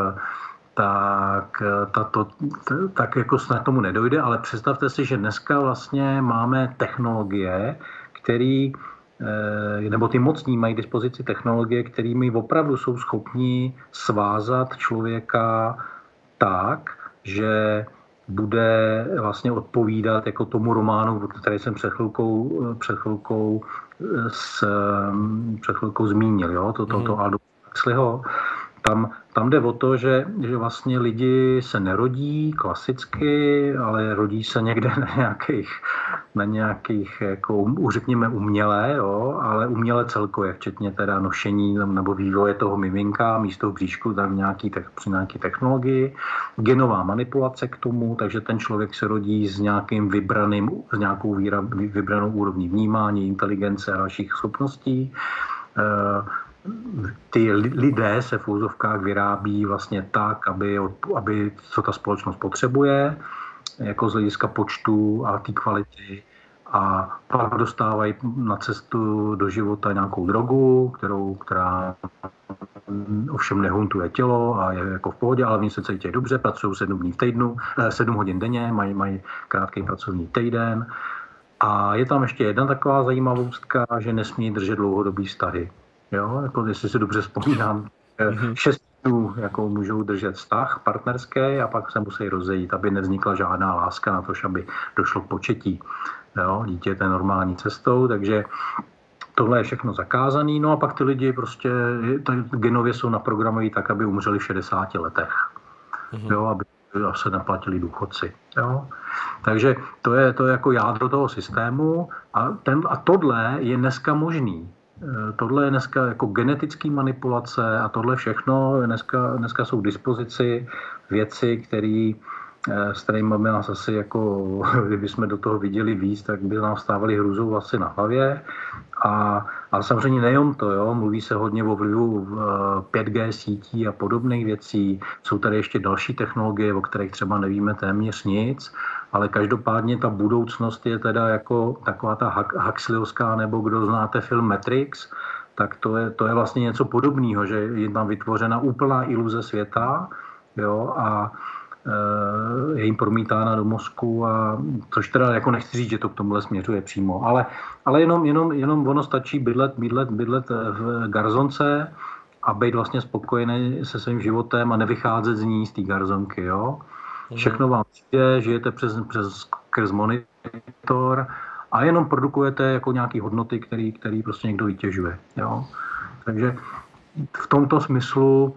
tak jako snad tomu nedojde, ale představte si, že dneska vlastně máme technologie, nebo ty mocní mají k dispozici technologie, kterými opravdu jsou schopni svázat člověka tak, že bude vlastně odpovídat jako tomu románu, který jsem před chvilkou zmínil, jo? To Aldous Huxleyho. Tam jde o to, že vlastně lidi se nerodí klasicky, ale rodí se někde na nějakých jako, řekněme, umělé, jo, ale umělé celkově, včetně teda nošení nebo vývoje toho miminka místo v bříšku, tak při nějaké technologii, genová manipulace k tomu, takže ten člověk se rodí s nějakou vybranou úrovní vnímání, inteligence a dalších schopností. Ty lidé se v úzovkách vyrábí vlastně tak, aby co ta společnost potřebuje, jako z hlediska počtu a té kvality. A pak dostávají na cestu do života nějakou drogu, která ovšem nehuntuje tělo a je jako v pohodě, ale oni se cítí dobře, pracují 7 dní v týdnu, 7 hodin denně, mají krátký pracovní týden. A je tam ještě jedna taková zajímavostka, že nesmí držet dlouhodobý vztahy. Jo, jako jestli si dobře vzpomínám, 6 dnů jako můžou držet vztah partnerský a pak se musí rozejít, aby nevznikla žádná láska na to, aby došlo k početí. Jo, dítě je normální cestou, takže tohle je všechno zakázané. No a pak ty lidi prostě genově jsou naprogramovaní tak, aby umřeli v 60 letech. Jo, aby se naplatili důchodci. Jo. Takže to je jako jádro toho systému a tohle je dneska možný. Tohle je dneska jako genetický manipulace a tohle všechno dneska jsou k dispozici věci, s kterými nás asi jako, kdybychom do toho viděli víc, tak by nám stávaly hrůzou vlasy na hlavě. A samozřejmě nejen to, jo, mluví se hodně o vlivu 5G sítí a podobných věcí. Jsou tady ještě další technologie, o kterých třeba nevíme téměř nic, ale každopádně ta budoucnost je teda jako taková ta Huxleyovská, nebo kdo znáte film Matrix, tak to je vlastně něco podobného, že je tam vytvořena úplná iluze světa, jo, a je jim promítána do mozku, a což teda jako nechci říct, že to k tomuhle směřuje přímo, ale jenom ono stačí bydlet v garzonce a být vlastně spokojený se svým životem a nevycházet z ní, z té garzonky, jo. Všechno vám přijde, žijete skrz monitor a jenom produkujete jako nějaké hodnoty, který prostě někdo vytěžuje, jo. Takže v tomto smyslu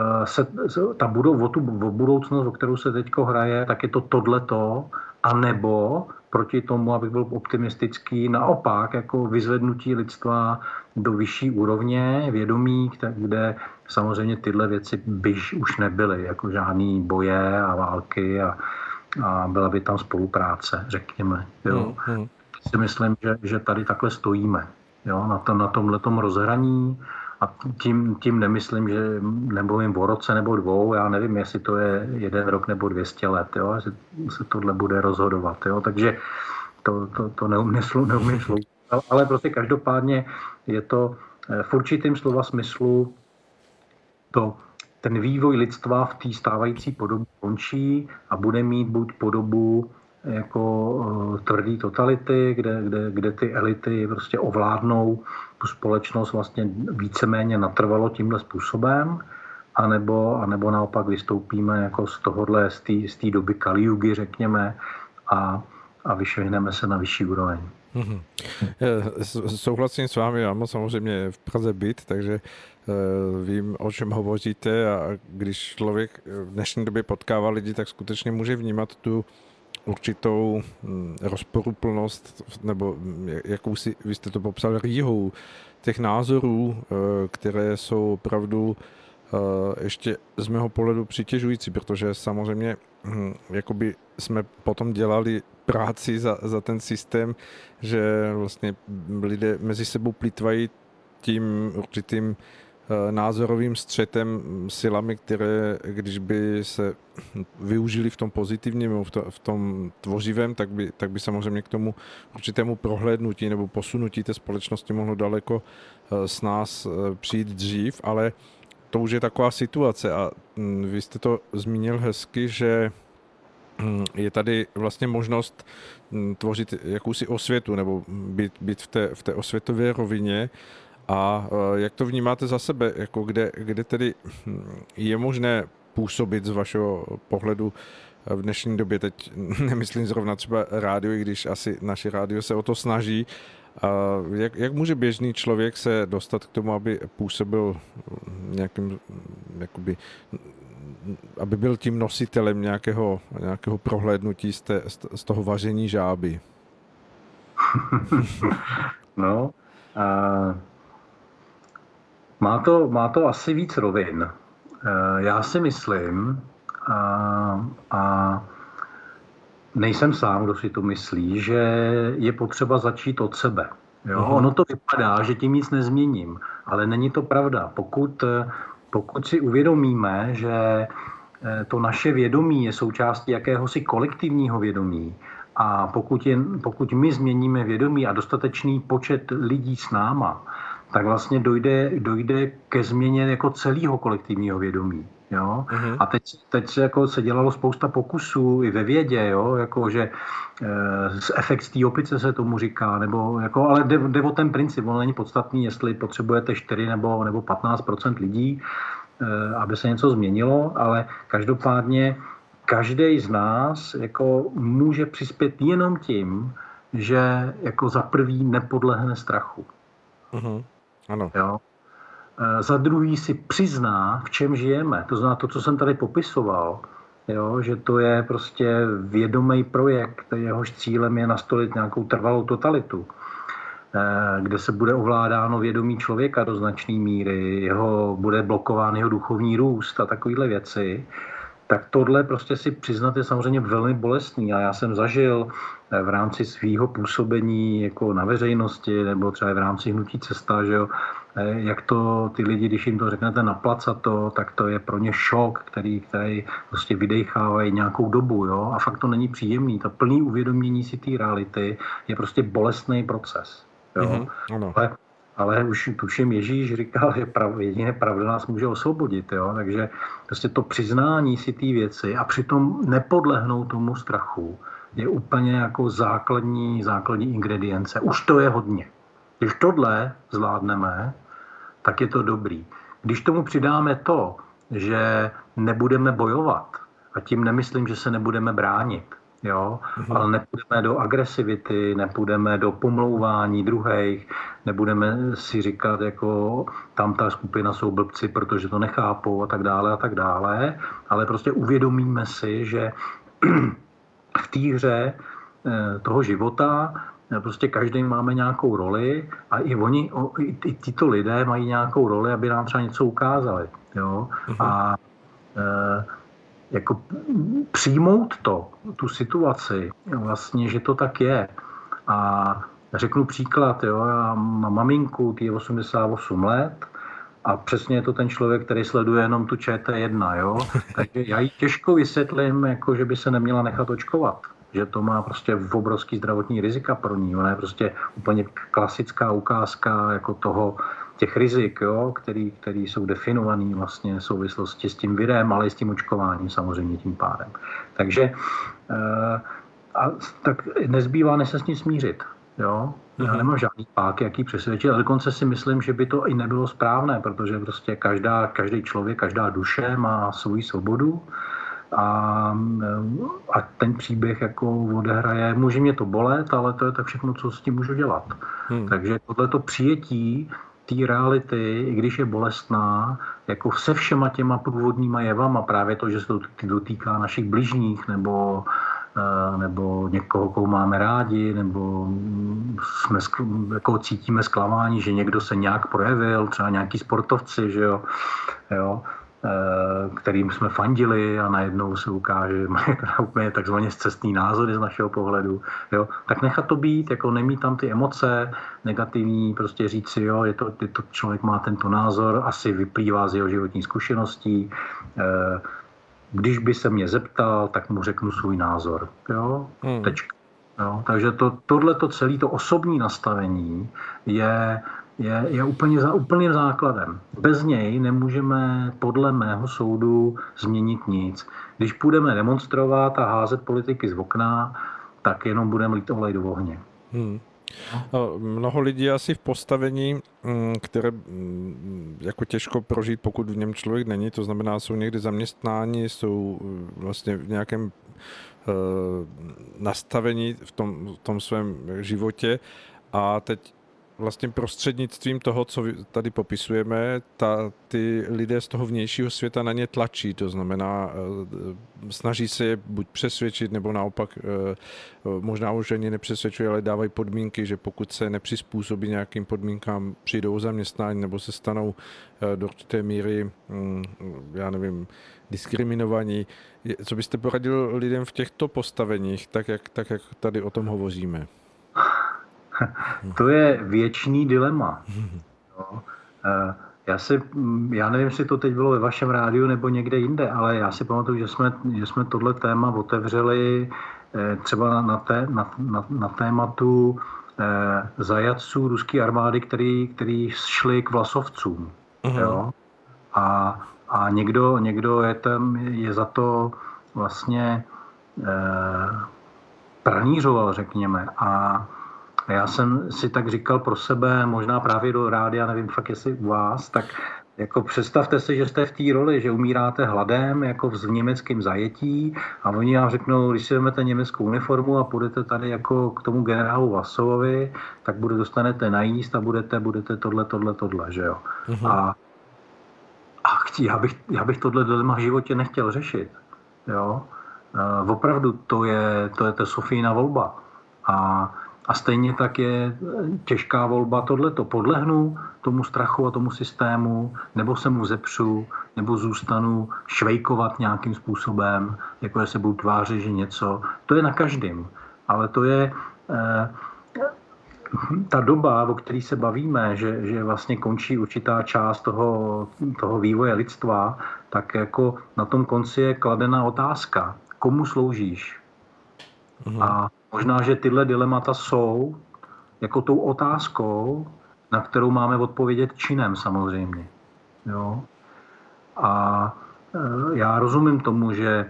o budoucnost, o kterou se teďko hraje, tak je to tohleto, anebo proti tomu, abych byl optimistický, naopak jako vyzvednutí lidstva do vyšší úrovně vědomí, kde samozřejmě tyhle věci by už nebyly, jako žádný boje a války a byla by tam spolupráce, řekněme. Jo. Si myslím, že tady takhle stojíme, jo, na tomhletom rozhraní. A tím nemyslím, že nemluvím o roce nebo 2, já nevím, jestli to je 1 rok nebo 200 let, jo, jestli se tohle bude rozhodovat, jo, takže to neumím sloužit. Ale prostě každopádně je to v určitém slova smyslu ten vývoj lidstva v té stávající podobě končí a bude mít buď podobu jako tvrdý totality, kde ty elity prostě ovládnou tu společnost vlastně víceméně natrvalo tímhle způsobem, anebo naopak vystoupíme jako z té doby Kaliugy, řekněme, a vyšvihneme se na vyšší úroveň. Souhlasím s vámi, já mám samozřejmě v Praze byt, takže vím, o čem hovoříte, a když člověk v dnešní době potkává lidi, tak skutečně může vnímat tu určitou rozporuplnost, nebo jakousi, vy jste to popsal, rýhou těch názorů, které jsou opravdu ještě z mého pohledu přitěžující, protože samozřejmě jakoby jsme potom dělali práci za ten systém, že vlastně lidé mezi sebou plýtvají tím určitým názorovým střetem silami, které, když by se využili v tom pozitivním, v tom tvořivém, tak by samozřejmě k tomu určitému prohlédnutí nebo posunutí té společnosti mohlo daleko s nás přijít dřív, ale to už je taková situace a vy jste to zmínil hezky, že je tady vlastně možnost tvořit jakousi osvětu nebo být v té osvětové rovině. A jak to vnímáte za sebe, jako kde tedy je možné působit z vašeho pohledu v dnešní době? Teď nemyslím zrovna třeba rádio, i když asi naše rádio se o to snaží. Jak může běžný člověk se dostat k tomu, aby působil nějakým jakoby, aby byl tím nositelem nějakého prohlédnutí z toho vaření žáby. No, má to asi víc rovin. Já si myslím, a nejsem sám, kdo si to myslí, že je potřeba začít od sebe. Jo? Ono to vypadá, že tím nic nezměním, ale není to pravda. Pokud si uvědomíme, že to naše vědomí je součástí jakéhosi kolektivního vědomí, a pokud my změníme vědomí a dostatečný počet lidí s náma, tak vlastně dojde ke změně jako celého kolektivního vědomí. Jo? A teď se dělalo spousta pokusů i ve vědě, jo? Jako, že efekt z té opice se tomu říká, ale jde o ten princip, ono není podstatný, jestli potřebujete 4 nebo 15% lidí, aby se něco změnilo, ale každopádně každý z nás jako může přispět jenom tím, že jako za prvý nepodlehne strachu. Ano. Jo? Za druhý si přizná, v čem žijeme. To znamená to, co jsem tady popisoval, jo? Že to je prostě vědomý projekt, jehož cílem je nastolit nějakou trvalou totalitu, kde se bude ovládáno vědomí člověka do značné míry, bude blokován jeho duchovní růst a takovéhle věci. Tak tohle prostě si přiznat je samozřejmě velmi bolestný a já jsem zažil v rámci svého působení jako na veřejnosti nebo třeba v rámci hnutí Cesta, že jo, jak to ty lidi, když jim to řeknete naplacato, tak to je pro ně šok, který prostě vydechávají nějakou dobu, jo, a fakt to není příjemný. To plný uvědomění si té reality je prostě bolestný proces, jo. Ale už tuším Ježíš říkal, že jedině pravda nás může osvobodit. Jo? Takže prostě to přiznání si té věci a přitom nepodlehnout tomu strachu je úplně jako základní ingredience. Už to je hodně. Když tohle zvládneme, tak je to dobrý. Když tomu přidáme to, že nebudeme bojovat, a tím nemyslím, že se nebudeme bránit, jo? Ale nepůjdeme do agresivity, nepůjdeme do pomlouvání druhých, nebudeme si říkat, jako tam ta skupina jsou blbci, protože to nechápou a tak dále, ale prostě uvědomíme si, že v té hře toho života prostě každý máme nějakou roli a i tyto lidé mají nějakou roli, aby nám třeba něco ukázali. Jo? A jako přijmout tu situaci, vlastně, že to tak je. A řeknu příklad, jo, já mám maminku, ty je 88 let a přesně je to ten člověk, který sleduje jenom tu ČT1, jo. Takže já jí těžko vysvětlím, jako, že by se neměla nechat očkovat. Že to má prostě obrovský zdravotní rizika pro ní. Ona je prostě úplně klasická ukázka jako těch rizik, jo, který jsou definovaný vlastně v souvislosti s tím virem, ale i s tím očkováním samozřejmě tím pádem. Takže tak nezbývá, než se s tím smířit. Jo? Já nemám žádný pák, jaký přesvědčit, ale dokonce si myslím, že by to i nebylo správné, protože prostě každý člověk, každá duše má svoji svobodu a ten příběh jako odehraje, může mě to bolet, ale to je tak všechno, co s tím můžu dělat. Takže tohleto přijetí té reality, i když je bolestná, jako se všema těma průvodníma jevama, právě to, že se to dotýká našich bližních, nebo někoho, koho máme rádi, nebo jako cítíme zklamání, že někdo se nějak projevil, třeba nějaký sportovci, že jo, kterým jsme fandili a najednou se ukáže, že mají úplně takzvaně scestný názory z našeho pohledu. Jo. Tak nechat to být, jako nemít tam ty emoce negativní, prostě říct si, jo, je to člověk má tento názor, asi vyplývá z jeho životní zkušeností. Když by se mě zeptal, tak mu řeknu svůj názor. Jo? Tečka. Jo? Takže tohleto celé to osobní nastavení je úplným základem. Bez něj nemůžeme podle mého soudu změnit nic. Když půjdeme demonstrovat a házet politiky z okna, tak jenom budeme lít olej do ohně. No, mnoho lidí je asi v postavení, které jako těžko prožít, pokud v něm člověk není. To znamená, jsou někde zaměstnáni, jsou vlastně v nějakém nastavení v tom svém životě a teď vlastně prostřednictvím toho, co tady popisujeme, ty lidé z toho vnějšího světa na ně tlačí. To znamená, snaží se je buď přesvědčit, nebo naopak možná už ani nepřesvědčují, ale dávají podmínky, že pokud se nepřizpůsobí nějakým podmínkám, přijdou o zaměstnání nebo se stanou do určité míry, já nevím, diskriminovaní. Co byste poradil lidem v těchto postaveních, tak jak tady o tom hovoříme? To je věčný dilema. Já nevím, jestli to teď bylo ve vašem rádiu nebo někde jinde, ale já si pamatuju, že jsme tohle téma otevřeli třeba na tématu zajatců ruské armády, který šli k vlasovcům. Jo? A někdo je za to vlastně pranířoval, řekněme. A já jsem si tak říkal pro sebe, možná právě do rádia, nevím fakt, jestli u vás, tak jako představte si, že jste v té roli, že umíráte hladem, jako v německém zajetí a oni vám řeknou, když si vezmete německou uniformu a půjdete tady jako k tomu generálu Vlasovovi, tak dostanete najíst a budete tohle, že jo. A já bych tohle dilema v životě nechtěl řešit, jo. Opravdu to je Sofína volba. A stejně tak je těžká volba tohleto. Podlehnu tomu strachu a tomu systému, nebo se mu zepřu, nebo zůstanu švejkovat nějakým způsobem, jako se budu tvářit, že něco. To je na každém. Ale to je ta doba, o které se bavíme, že vlastně končí určitá část toho vývoje lidstva, tak jako na tom konci je kladená otázka. Komu sloužíš? A možná, že tyhle dilemata jsou jako tou otázkou, na kterou máme odpovědět činem samozřejmě. Jo? A já rozumím tomu, že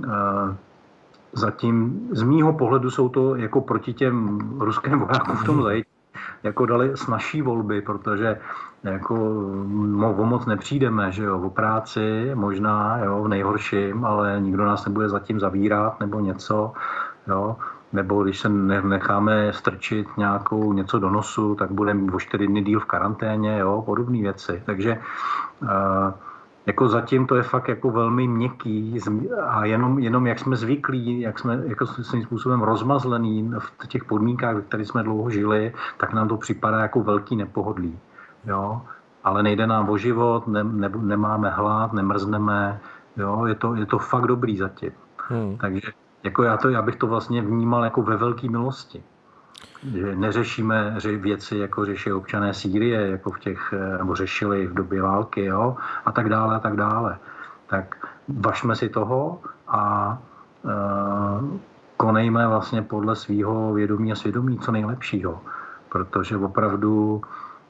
zatím z mýho pohledu jsou to jako proti těm ruským vojákům v tom zajetí jako dali snazší volby, protože jako o moc nepřijdeme, že jo, o práci možná, jo, v nejhorším, ale nikdo nás nebude zatím zavírat nebo něco, jo. Nebo když se necháme strčit něco do nosu, tak budeme o 4 dny díl v karanténě, jo, podobné věci. Takže jako zatím to je fakt jako velmi měkký a jenom jak jsme zvyklí, jak jsme jako svým způsobem rozmazlený v těch podmínkách, ve kterých jsme dlouho žili, tak nám to připadá jako velký nepohodlí. Jo? Ale nejde nám o život, nemáme hlad, nemrzneme, jo? Je to fakt dobrý zatím. Takže jako já bych to vlastně vnímal jako ve velké milosti. Že neřešíme věci, jako řeší občané Sýrie, jako nebo řešili v době války, jo, a tak dále. Tak važme si toho a konejme vlastně podle svého vědomí a svědomí co nejlepšího. Protože opravdu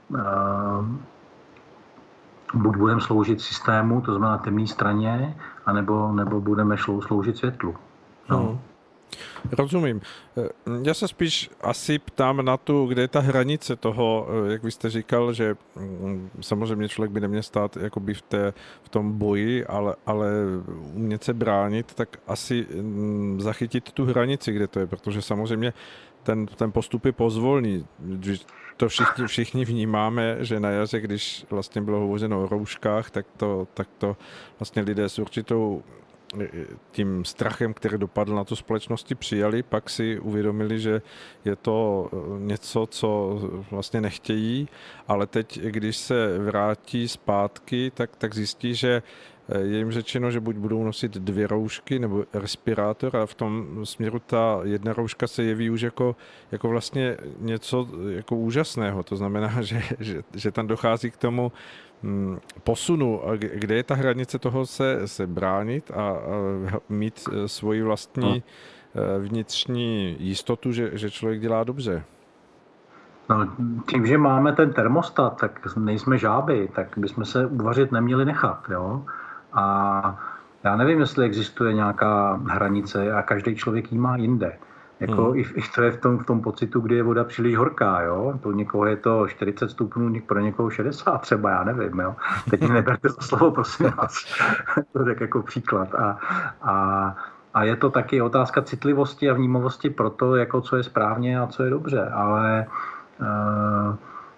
buď budeme sloužit systému, to znamená temné straně, anebo budeme sloužit světlu. No. Rozumím. Já se spíš asi ptám na tu, kde je ta hranice toho, jak vy jste říkal, že samozřejmě člověk by neměl stát jakoby v tom boji, ale umět se bránit, tak asi zachytit tu hranici, kde to je, protože samozřejmě ten postup je pozvolný. To všichni vnímáme, že na jaře, když vlastně bylo hovořeno o rouškách, tak to vlastně lidé s určitou tím strachem, který dopadl na tu společnosti, přijali, pak si uvědomili, že je to něco, co vlastně nechtějí, ale teď, když se vrátí zpátky, tak zjistí, že je jim řečeno, že buď budou nosit 2 roušky nebo respirátor a v tom směru ta jedna rouška se jeví už jako vlastně něco jako úžasného. To znamená, že tam dochází k tomu posunu, kde je ta hranice toho se bránit a mít svoji vlastní vnitřní jistotu, že člověk dělá dobře. No, tím, že máme ten termostat, tak nejsme žáby, tak bychom se uvařit neměli nechat, jo. A já nevím, jestli existuje nějaká hranice a každý člověk ji má jinde. Jako i to je v tom pocitu, kdy je voda příliš horká, jo. Pro někoho je to 40 stupňů, pro někoho 60 třeba, já nevím, jo. Teď mi neberte za slovo, prosím vás. To tak jako příklad. A je to taky otázka citlivosti a vnímavosti pro to, jako co je správně a co je dobře. Ale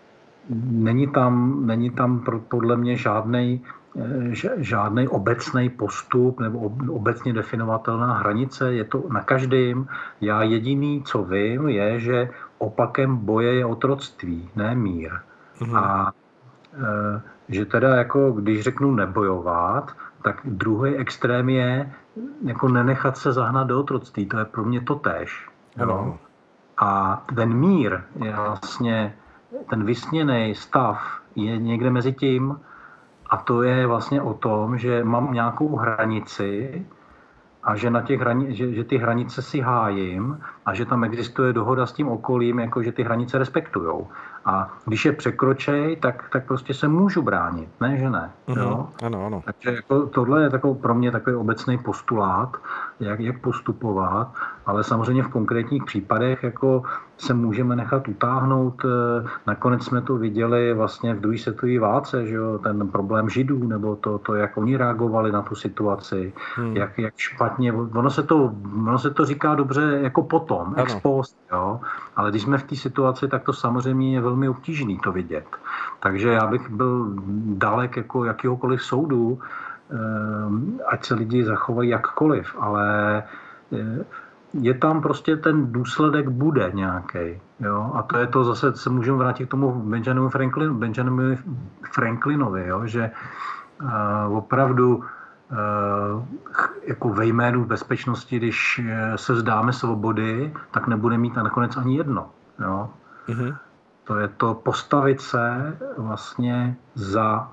není tam podle mě žádný obecný postup nebo obecně definovatelná hranice, je to na každém. Já jediný, co vím, je, že opakem boje je otroctví, ne mír. A že teda jako, když řeknu nebojovat, tak druhý extrém je jako nenechat se zahnat do otroctví. To je pro mě totéž. Jo? A ten mír je vlastně, ten vysněný stav je někde mezi tím, a to je vlastně o tom, že mám nějakou hranici a že, že ty hranice si hájím a že tam existuje dohoda s tím okolím, jako že ty hranice respektujou. A když je překročej, tak prostě se můžu bránit, ne, že ne. Jo? Ano. Takže jako tohle je pro mě takový obecný postulát, jak postupovat, ale samozřejmě v konkrétních případech jako se můžeme nechat utáhnout. Nakonec jsme to viděli vlastně v druhé světové válce, že jo? Ten problém Židů, nebo to, jak oni reagovali na tu situaci, jak špatně. Ono se to říká dobře jako potom, ex post, jo? Ale když jsme v té situaci, tak to samozřejmě je velmi obtížné to vidět. Takže já bych byl dalek jako jakýhokoliv soudu, ať se lidi zachovají jakkoliv, ale je tam prostě ten důsledek bude nějaký. Jo? A to je to, zase se můžeme vrátit k tomu Benjaminu Franklinovi, jo? Že opravdu jako ve jménu bezpečnosti, když se vzdáme svobody, tak nebude mít nakonec ani jedno. Jo? To je to postavit se vlastně za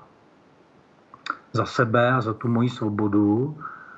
sebe a za tu moji svobodu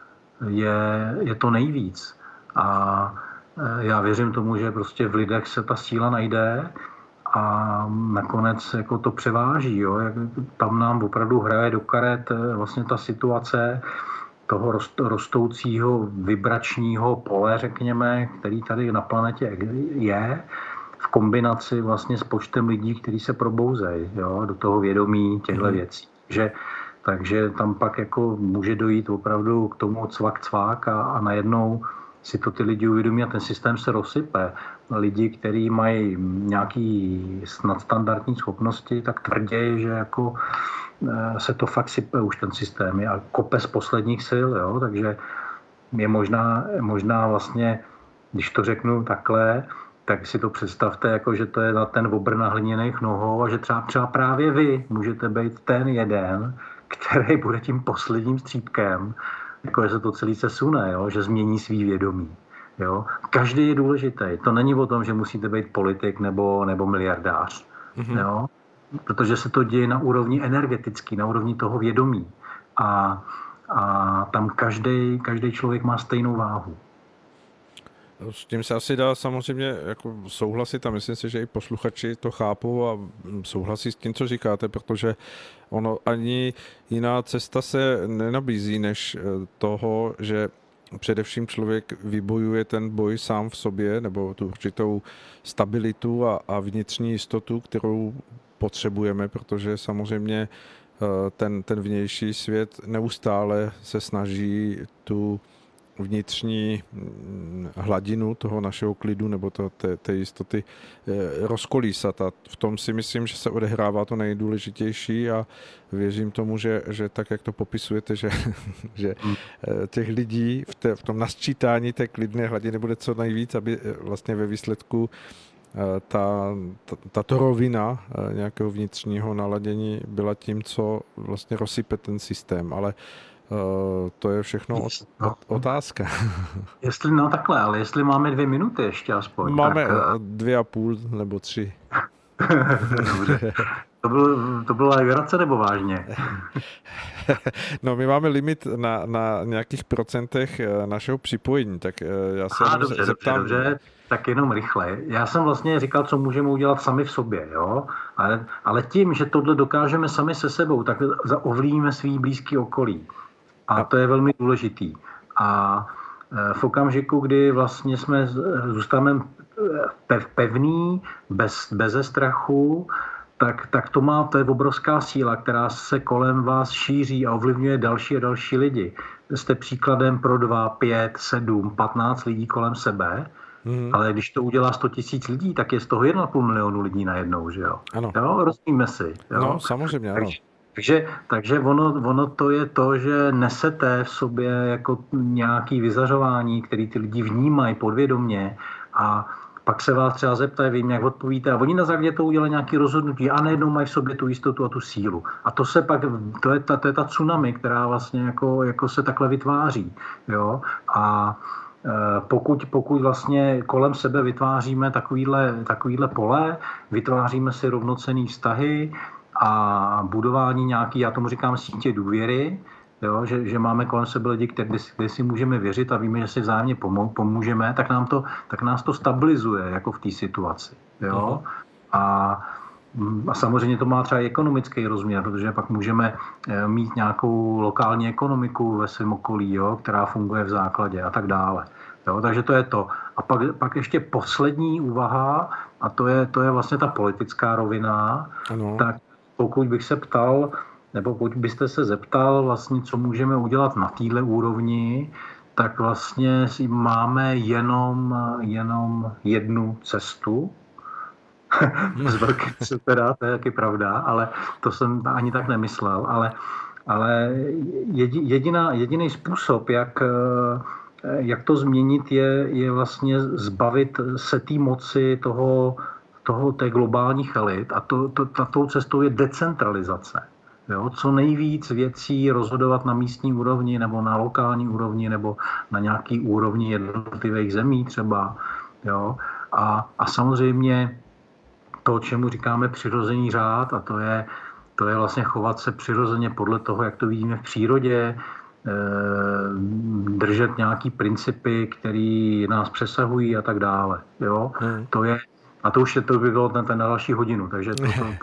je to nejvíc. A já věřím tomu, že prostě v lidech se ta síla najde a nakonec jako to převáží. Jo? Tam nám opravdu hraje do karet vlastně ta situace toho rostoucího vibračního pole, řekněme, který tady na planetě je, v kombinaci vlastně s počtem lidí, kteří se probouzejí do toho vědomí těchto věcí. Takže tam pak jako může dojít opravdu k tomu cvak a najednou si to ty lidi uvědomí a ten systém se rozsype. Lidi, kteří mají nějaký nadstandardní schopnosti, tak tvrdí, že jako se to fakt sype už ten systém a kope z posledních sil, jo? Takže je možná vlastně, když to řeknu takhle, tak si to představte, jako, že to je na ten obr na hliněných nohou a že třeba právě vy můžete být ten jeden, který bude tím posledním střípkem, jako že se to celý sesune, jo? Že změní svý vědomí. Jo? Každý je důležitý. To není o tom, že musíte být politik nebo miliardář. Jo? Protože se to děje na úrovni energetický, na úrovni toho vědomí. A tam každý člověk má stejnou váhu. S tím se asi dá samozřejmě jako souhlasit a myslím si, že i posluchači to chápou a souhlasí s tím, co říkáte, protože ono ani jiná cesta se nenabízí, než toho, že především člověk vybojuje ten boj sám v sobě, nebo tu určitou stabilitu a vnitřní jistotu, kterou potřebujeme, protože samozřejmě ten vnější svět neustále se snaží tu vnitřní hladinu toho našeho klidu nebo té jistoty rozkolísat. A v tom si myslím, že se odehrává to nejdůležitější a věřím tomu, že tak, jak to popisujete, že těch lidí v tom nasčítání té klidné hladiny bude co nejvíc, aby vlastně ve výsledku tato rovina nějakého vnitřního naladění byla tím, co vlastně rozsype ten systém. Ale to je všechno otázka. Ale jestli máme 2 minuty ještě aspoň. Máme 2,5 nebo 3. Dobře. To byla legrace nebo vážně? No, my máme limit na nějakých procentech našeho připojení, tak já se zeptám. Dobře, tak jenom rychle. Já jsem vlastně říkal, co můžeme udělat sami v sobě, jo? Ale tím, že tohle dokážeme sami se sebou, tak ovlivníme svý blízký okolí. A to je velmi důležitý. A v okamžiku, kdy vlastně zůstáváme pevný, beze strachu, tak to je obrovská síla, která se kolem vás šíří a ovlivňuje další a další lidi. Jste příkladem pro 2, 5, 7, 15 lidí kolem sebe Ale když to udělá 100 000 lidí, tak je z toho 1,5 milionu lidí najednou, že jo? Ano. Jo, rozumíme si. Jo? No, samozřejmě, ano. Takže ono to je to, že nesete v sobě jako nějaký vyzařování, který ty lidi vnímají podvědomě a pak se vás třeba zeptají, vy jim jak odpovíte a oni na základě toho udělají nějaké rozhodnutí a najednou mají v sobě tu jistotu a tu sílu. A to se pak, to je ta tsunami, která vlastně jako se takhle vytváří. Jo? A pokud vlastně kolem sebe vytváříme takovýhle pole, vytváříme si rovnocenný vztahy a budování nějaký, já tomu říkám sítě důvěry, jo, že máme kolem sebe lidi, kde si můžeme věřit a víme, že si vzájemně pomůžeme, tak nás to stabilizuje jako v té situaci. Jo? A samozřejmě to má třeba ekonomický rozměr, protože pak můžeme mít nějakou lokální ekonomiku ve svém okolí, jo, která funguje v základě a tak dále. Jo, takže to je to. A pak ještě poslední úvaha, a to je vlastně ta politická rovina. Ano. Tak pokud bych se ptal, nebo pokud byste se zeptal, vlastně, co můžeme udělat na téhle úrovni, tak vlastně máme jenom jednu cestu. Z velké teda, to je taky pravda, ale to jsem ani tak nemyslel. Ale jediný způsob, jak to změnit, je vlastně zbavit se té moci té globálních elit. A tou cestou je decentralizace. Jo? Co nejvíc věcí rozhodovat na místní úrovni nebo na lokální úrovni nebo na nějaký úrovni jednotlivých zemí třeba. Jo? A samozřejmě to, čemu říkáme přirozený řád, a to je vlastně chovat se přirozeně podle toho, jak to vidíme v přírodě, držet nějaký principy, které nás přesahují a tak dále. Jo? To je, a to už by bylo ten na další hodinu, takže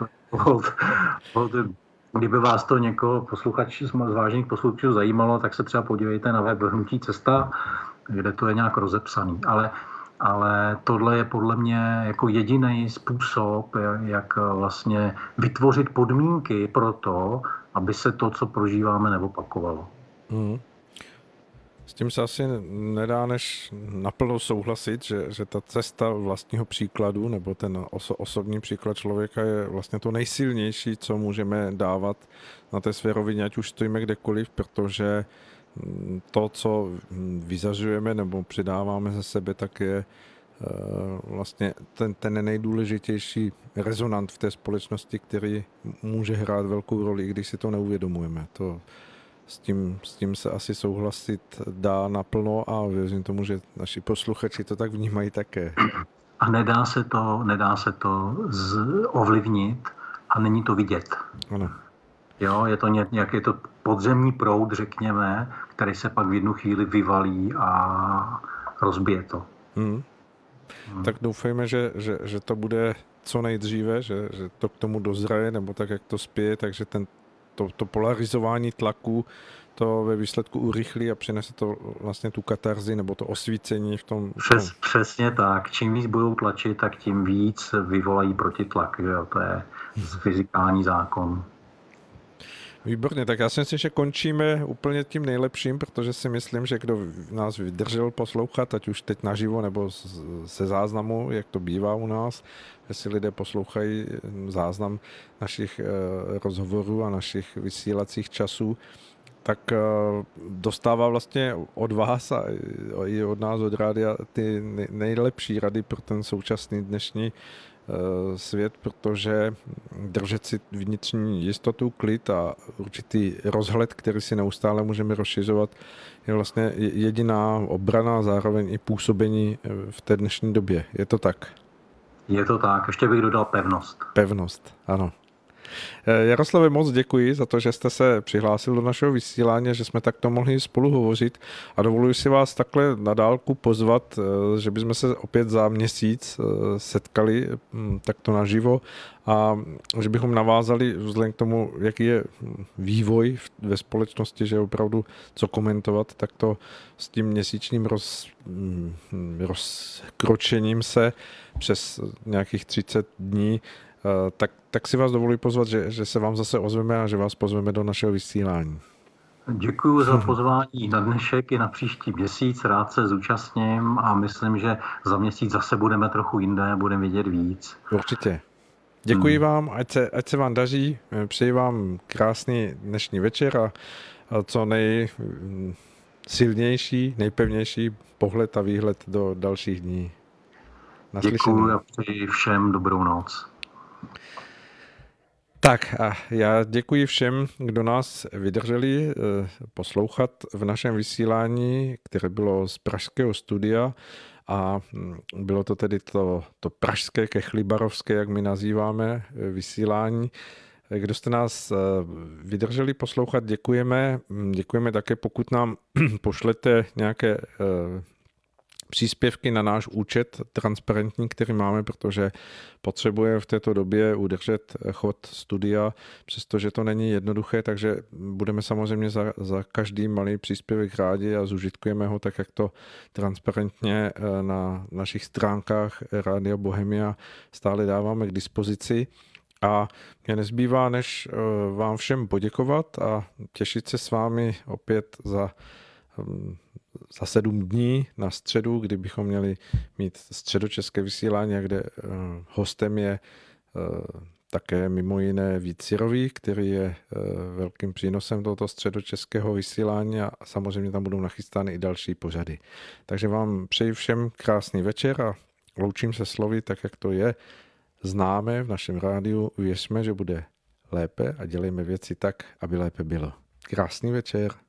kdyby vás to někoho z vážných posluchačů zajímalo, tak se třeba podívejte na web Hnutí Cesta, kde to je nějak rozepsaný. Ale tohle je podle mě jako jediný způsob, jak vlastně vytvořit podmínky pro to, aby se to, co prožíváme, neopakovalo. S tím se asi nedá než naplno souhlasit, že ta cesta vlastního příkladu nebo ten osobní příklad člověka je vlastně to nejsilnější, co můžeme dávat na té své rovině, ať už stojíme kdekoliv, protože to, co vyzařujeme nebo přidáváme ze sebe, tak je vlastně ten nejdůležitější rezonant v té společnosti, který může hrát velkou roli, i když si to neuvědomujeme. S tím se asi souhlasit dá naplno a věřím tomu, že naši posluchači to tak vnímají také. A nedá se to ovlivnit a není to vidět. Ano. Jo, je to nějaký podzemní proud, řekněme, který se pak v jednu chvíli vyvalí a rozbije to. Tak doufejme, že to bude co nejdříve, že to k tomu dozraje, nebo tak, jak to spěje, takže to polarizování tlaku to ve výsledku urychlí a přinese to vlastně tu katarzi nebo to osvícení v tom. Přesně tak. Čím víc budou tlačit, tak tím víc vyvolají protitlak. Že jo? To je fyzikální zákon. Výborně, tak já si myslím, že končíme úplně tím nejlepším, protože si myslím, že kdo nás vydržel poslouchat, ať už teď naživo nebo se záznamu, jak to bývá u nás, jestli lidé poslouchají záznam našich rozhovorů a našich vysílacích časů, tak dostává vlastně od vás a i od nás, od rádia, ty nejlepší rady pro ten současný dnešní svět, protože držet si vnitřní jistotu, klid a určitý rozhled, který si neustále můžeme rozšiřovat, je vlastně jediná obrana a zároveň i působení v té dnešní době. Je to tak? Je to tak. Ještě bych dodal pevnost. Pevnost, ano. Jaroslave, moc děkuji za to, že jste se přihlásil do našeho vysílání, že jsme takto mohli spolu hovořit a dovoluji si vás takhle na dálku pozvat, že bychom se opět za měsíc setkali takto naživo a že bychom navázali vzhledem k tomu, jaký je vývoj ve společnosti, že opravdu co komentovat, tak to s tím měsíčním rozkročením se přes nějakých 30 dní tak si vás dovoluji pozvat, že se vám zase ozveme a že vás pozveme do našeho vysílání. Děkuji za pozvání na dnešek i na příští měsíc. Rád se zúčastním a myslím, že za měsíc zase budeme trochu jinde, budeme vědět víc. Určitě. Děkuji vám, ať se vám daří. Přeji vám krásný dnešní večer a co nejsilnější, nejpevnější pohled a výhled do dalších dní. Děkuji a přeji všem dobrou noc. Tak a já děkuji všem, kdo nás vydrželi poslouchat v našem vysílání, které bylo z pražského studia a bylo to tedy to pražské kechlibarovské, jak my nazýváme, vysílání. Kdo jste nás vydrželi poslouchat, děkujeme. Děkujeme také, pokud nám pošlete nějaké příspěvky na náš účet transparentní, který máme, protože potřebujeme v této době udržet chod studia, přestože to není jednoduché, takže budeme samozřejmě za každý malý příspěvek rádi a zužitkujeme ho tak, jak to transparentně na našich stránkách Rádia Bohemia stále dáváme k dispozici. A mě nezbývá, než vám všem poděkovat a těšit se s vámi opět za 7 dní na středu, kdy bychom měli mít středočeské vysílání, kde hostem je také mimo jiné Vít Syrový, který je velkým přínosem tohoto středočeského vysílání a samozřejmě tam budou nachystány i další pořady. Takže vám přeji všem krásný večer a loučím se slovy, tak jak to je známe v našem rádiu. Věřme, že bude lépe a dělejme věci tak, aby lépe bylo. Krásný večer.